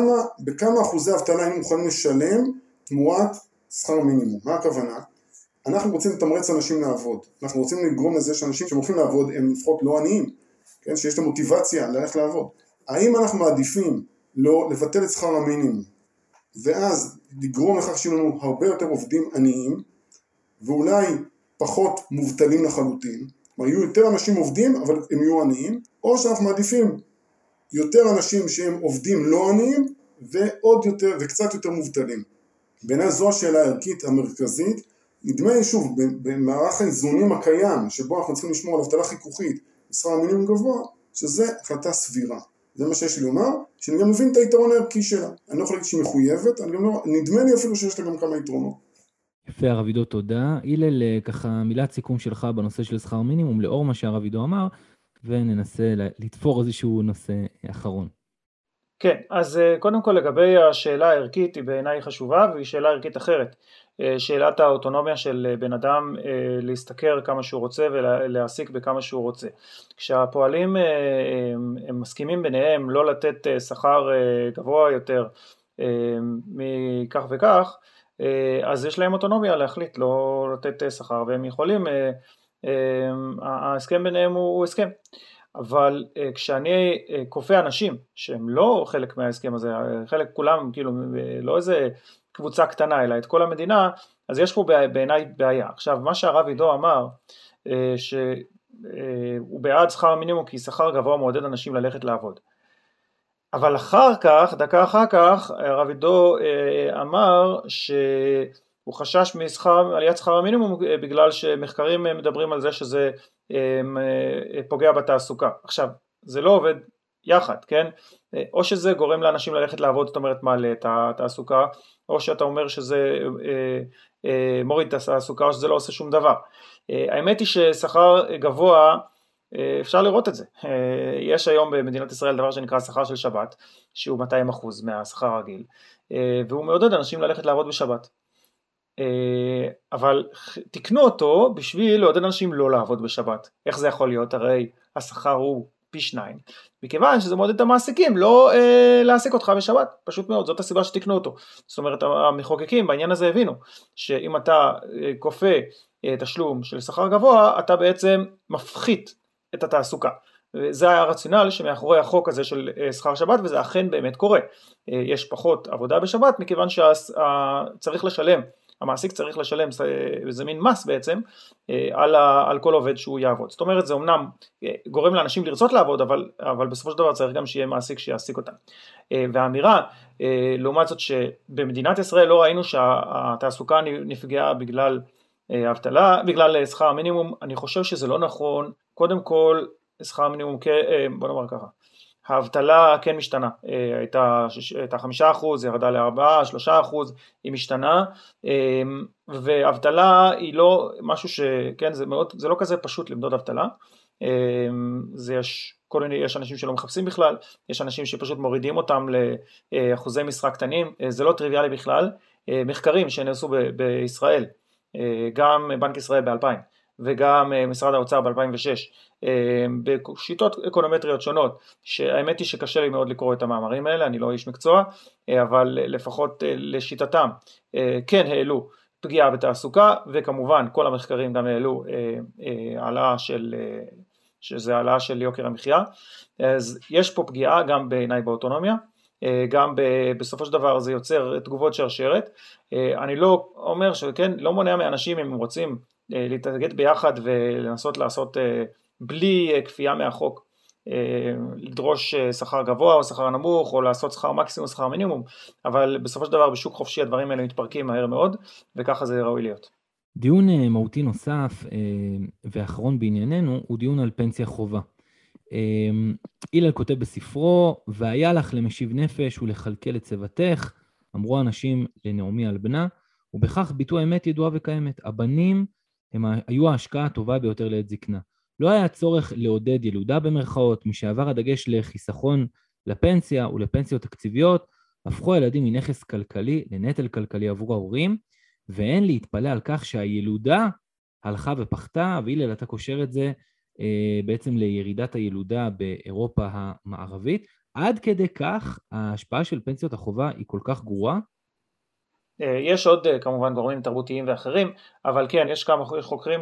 D: בכמה אחוזי אבטלה היינו מוכנים לשלם תמורת שכר מינימום. מה הכוונה? אנחנו רוצים לתמרץ אנשים לעבוד, אנחנו רוצים לגרום לזה שאנשים שמוכנים לעבוד הם לפחות לא עניים, כן? שיש להם מוטיבציה ללכת לעבוד. האם אנחנו מעדיפים לא לבטל את שכר המינימום, ואז לגרום לכך שיהיו לנו הרבה יותר עובדים עניים, ואולי פחות מובטלים לחלוטין, כלומר יהיו יותר אנשים עובדים אבל הם יהיו עניים, או שאנחנו מעדיפים יותר אנשים שהם עובדים לא עניים, ועוד יותר וקצת יותר מובטלים. בעיניי זו השאלה הערכית המרכזית. נדמה לי שוב, במערך האיזונים הקיים, שבו אנחנו צריכים לשמור על אבטלה חיכוכית, בשכר המינימום גבוה, שזה החלטה סבירה. זה מה שיש לי לומר, שאני גם מבין את היתרון הערכי שלה. אני לא יכול להגיד שהיא מחויבת, נדמה לי אפילו שיש לה גם כמה יתרונות.
B: יפה, הרב עידו, תודה. הלל, ככה מילת סיכום שלך בנושא של שכר מינימום, לאור מה שהרב עידו אמר, וננסה לתפור איזשהו נושא אחרון.
C: כן, אז קודם כל לגבי השאלה הערכית היא בעיניי חשובה, והיא שאלה ערכית אחרת. שאלת האוטונומיה של בן אדם להשתכר כמה שהוא רוצה ולהעסיק בכמה שהוא רוצה. כשהפועלים הם מסכימים ביניהם לא לתת שכר גבוה יותר מכך וכך, אז יש להם אוטונומיה להחליט לא לתת שכר, והם יכולים, ההסכם ביניהם הוא הסכם. אבל כשאני כופה אנשים שהם לא חלק מההסכם הזה, חלק כולם כאילו לא איזה קבוצה קטנה אלא את כל המדינה, אז יש פה בעיניי בעיה. עכשיו מה שהרב עידו אמר, שהוא בעד שכר מינימום כי שכר גבוה מעודד אנשים ללכת לעבוד. אבל אחר כך, דקה אחר כך, הרב עידו אמר שהוא חשש מעליית שכר המינימום בגלל שמחקרים מדברים על זה שזה פוגע בתעסוקה. עכשיו, זה לא עובד יחד, כן? או שזה גורם לאנשים ללכת לעבוד, זאת אומרת מעלה את התעסוקה, או שאתה אומר שזה מוריד את התעסוקה, או שזה לא עושה שום דבר. האמת היא ששכר גבוה, אפשר לראות את זה. יש היום במדינת ישראל דבר שנקרא שכר של שבת, שהוא 200% מהשכר הרגיל, והוא מעודד אנשים ללכת לעבוד בשבת. אבל תקנו אותו בשביל לעודד אנשים לא לעבוד בשבת. איך זה יכול להיות? הרי השכר הוא פי 2, מכיוון שזה מעודד את המעסיקים לא להעסיק אותך בשבת, פשוט מאוד, זאת הסיבה שתקנו אותו. זאת אומרת, המחוקקים בעניין הזה הבינו שאם אתה כופה תשלום של שכר גבוה, אתה בעצם מפחית את התעסוקה. וזה היה הרציונל שמאחורי החוק הזה של שכר שבת, וזה אכן באמת קורה. יש פחות עבודה בשבת מכיוון שצריך לשלם המעסיק צריך לשלם איזה מין מס בעצם על כל עובד שהוא יעבוד. זאת אומרת, זה אמנם גורם לאנשים לרצות לעבוד, אבל בסופו של דבר צריך גם שיהיה מעסיק שיעסיק אותם. והאמירה, לעומת זאת שבמדינת ישראל לא ראינו שהתעסוקה נפגעה בגלל אבטלה, בגלל שכר המינימום, אני חושב שזה לא נכון. קודם כל, שכר המינימום, בוא נאמר ככה, האבטלה כן משתנה, הייתה 5%, ירדה ל4%, 3%, היא משתנה, ואבטלה היא לא משהו שכן, זה לא כזה פשוט למדוד אבטלה, יש אנשים שלא מחפשים בכלל, יש אנשים שפשוט מורידים אותם לאחוזי משרה קטנים, זה לא טריוויאלי בכלל. מחקרים שנעשו בישראל, גם בנק ישראל ב-2000 וגם משרד האוצר ב-2006, בשיטות אקונומטריות שונות, שהאמת היא שקשה לי מאוד לקרוא את המאמרים האלה, אני לא איש מקצוע, אבל לפחות לשיטתם כן העלו פגיעה בתעסוקה, וכמובן כל המחקרים גם העלו שזה העלאה של יוקר המחיה. אז יש פה פגיעה גם בעיניי באוטונומיה, גם בסופו של דבר זה יוצר תגובות שרשרת. אני לא אומר שכן, לא מונע מאנשים אם הם רוצים להתאגד ביחד ולנסות לעשות בלי כפייה מהחוק, לדרוש שכר גבוה או שכר נמוך, או לעשות שכר מקסימום, שכר מינימום, אבל בסופו של דבר בשוק חופשי הדברים האלה מתפרקים מהר מאוד, וככה זה ראוי להיות.
B: דיון מהותי נוסף ואחרון בענייננו הוא דיון על פנסיה חובה. אילל כותב בספרו, והיה לך למשיב נפש ולכלכל את צוותך, אמרו אנשים לנעמי על בנה, ובכך ביטו אמת ידועה וקיימת. הבנים הם היו ההשקעה הטובה ביותר לעת זקנה. לא היה צורך לעודד ילודה במרכאות, משעבר הדגש לחיסכון לפנסיה ולפנסיות תקציביות, הפכו הילדים מנכס כלכלי לנטל כלכלי עבור ההורים, ואין להתפלא על כך שהילודה הלכה ופחתה, ואילל אתה קושר את זה בעצם לירידת הילודה באירופה המערבית. עד כדי כך ההשפעה של פנסיות החובה היא כל כך גרועה?
C: יש עוד כמובן גורמים תרבותיים ואחרים, אבל כן, יש כמה חוקרים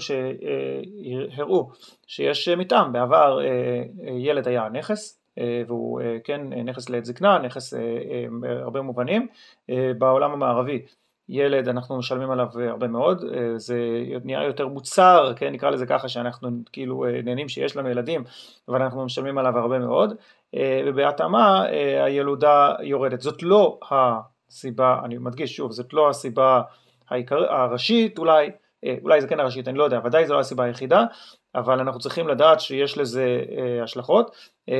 C: שהראו שיש מטעם. בעבר ילד היה נכס, והוא כן נכס לעת זקנה, נכס הרבה מובנים. בעולם המערבי ילד אנחנו משלמים עליו הרבה מאוד, זה נראה יותר מוצר, כן, נקרא לזה ככה, שאנחנו כאילו נהנים שיש לנו ילדים, אבל אנחנו משלמים עליו הרבה מאוד, ובהתאמה הילודה יורדת. זאת לא הסיבה, אני מדגיש שוב, זאת לא הסיבה הראשית, אולי זה כן הראשית, אני לא יודע, ודאי זה לא הסיבה היחידה, אבל אנחנו צריכים לדעת שיש לזה השלכות.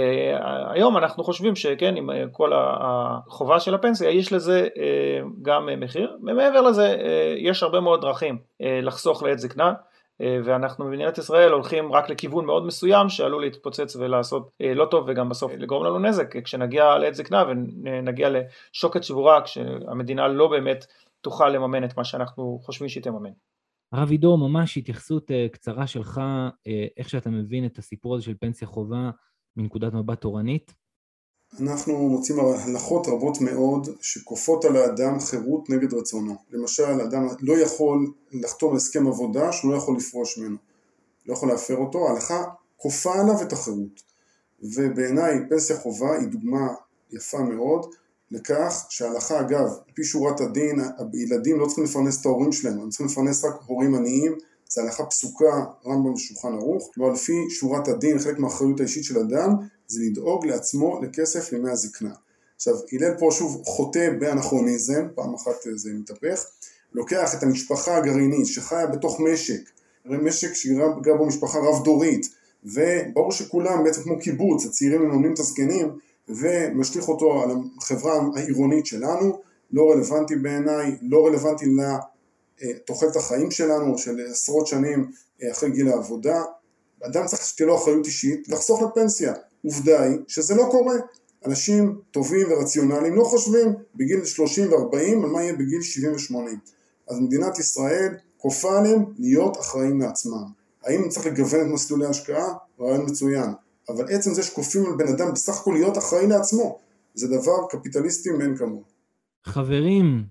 C: היום אנחנו חושבים שכן, עם כל החובה של הפנסיה, יש לזה גם מחיר, ומעבר לזה יש הרבה מאוד דרכים לחסוך לעת זקנה, ואנחנו במדינת ישראל הולכים רק לכיוון מאוד מסוים, שעלול להתפוצץ ולעשות לא טוב, וגם בסוף לגרום לנו נזק, כשנגיע לעת זקנה ונגיע לשוקת שבורה, כשהמדינה לא באמת תוכל לממן את מה שאנחנו חושבים שהיא תממן.
B: הרב עידו, ממש התייחסות קצרה שלך, איך שאתה מבין את הסיפור הזה של פנסיה חובה מנקודת מבט תורנית?
D: אנחנו מוצאים הלכות רבות מאוד שכופות על האדם חירות נגד רצונו. למשל, האדם לא יכול לחתום על הסכם עבודה שהוא לא יכול לפרוש ממנו. לא יכול להפר אותו, ההלכה כופה עליו את החירות. ובעיניי פנסיה חובה היא דוגמה יפה מאוד לכך שההלכה, אגב, על פי שורת הדין, הילדים לא צריכים לפרנס את ההורים שלהם, הם צריכים לפרנס רק הורים עניים, זה הלכה פסוקה, רמב"ם ושולחן ערוך, אבל לפי שורת הדין, חלק מהאחריות האישית של אדם, זה לדאוג לעצמו לכסף לימי הזקנה. עכשיו, הלל פה שוב חוטא באנכרוניזם, פעם אחת זה מתהפך, לוקח את המשפחה הגרעינית שחיה בתוך משק שגרה בו משפחה רב דורית, וברור שכולם בעצם כמו קיבוץ, הצעירים מממנים את הזקנים, ומשליך אותו על החברה העירונית שלנו, לא רלוונטי בעיניי, לא רלוונטי לתוחלת החיים שלנו, של עשרות שנים אחרי גיל העבודה. אדם צריך שתהיה לו אחריות אישית, לחסוך לפנסיה. עובדה היא שזה לא קורה. אנשים טובים ורציונליים לא חושבים בגיל 30 ו-40 על מה יהיה בגיל 70 ו-80. אז מדינת ישראל כופה עליהם להיות אחראים לעצמם. האם צריך לגוון את מסלולי ההשקעה? רעיון מצוין. אבל עצם זה שכופים על בן אדם בסך הכל להיות אחראי לעצמו, זה דבר קפיטליסטי מאין כמוהו.
B: חברים,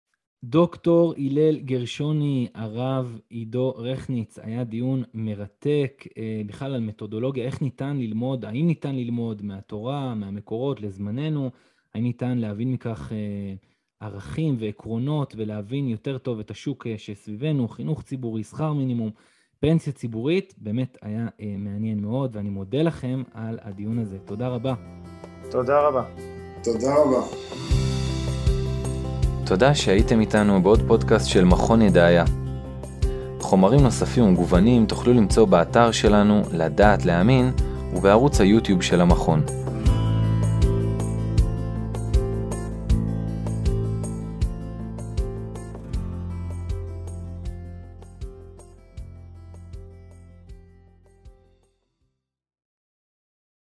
B: דוקטור הלל גרשוני, הרב עידו רכניץ, היה דיון מרתק בכלל על מתודולוגיה, איך ניתן ללמוד, האם ניתן ללמוד מהתורה, מהמקורות לזמננו, האם ניתן להבין מכך ערכים ועקרונות ולהבין יותר טוב את השוק שסביבנו, חינוך ציבורי, שכר מינימום, פנסיה ציבורית, באמת היה מעניין מאוד, ואני מודה לכם על הדיון הזה. תודה רבה.
C: תודה רבה.
D: תודה רבה.
A: תודה שהייתם איתנו בעוד פודקאסט של מכון ידעיה. חומרים נוספים ומגוונים תוכלו למצוא באתר שלנו לדעת להאמין ובערוץ היוטיוב של המכון.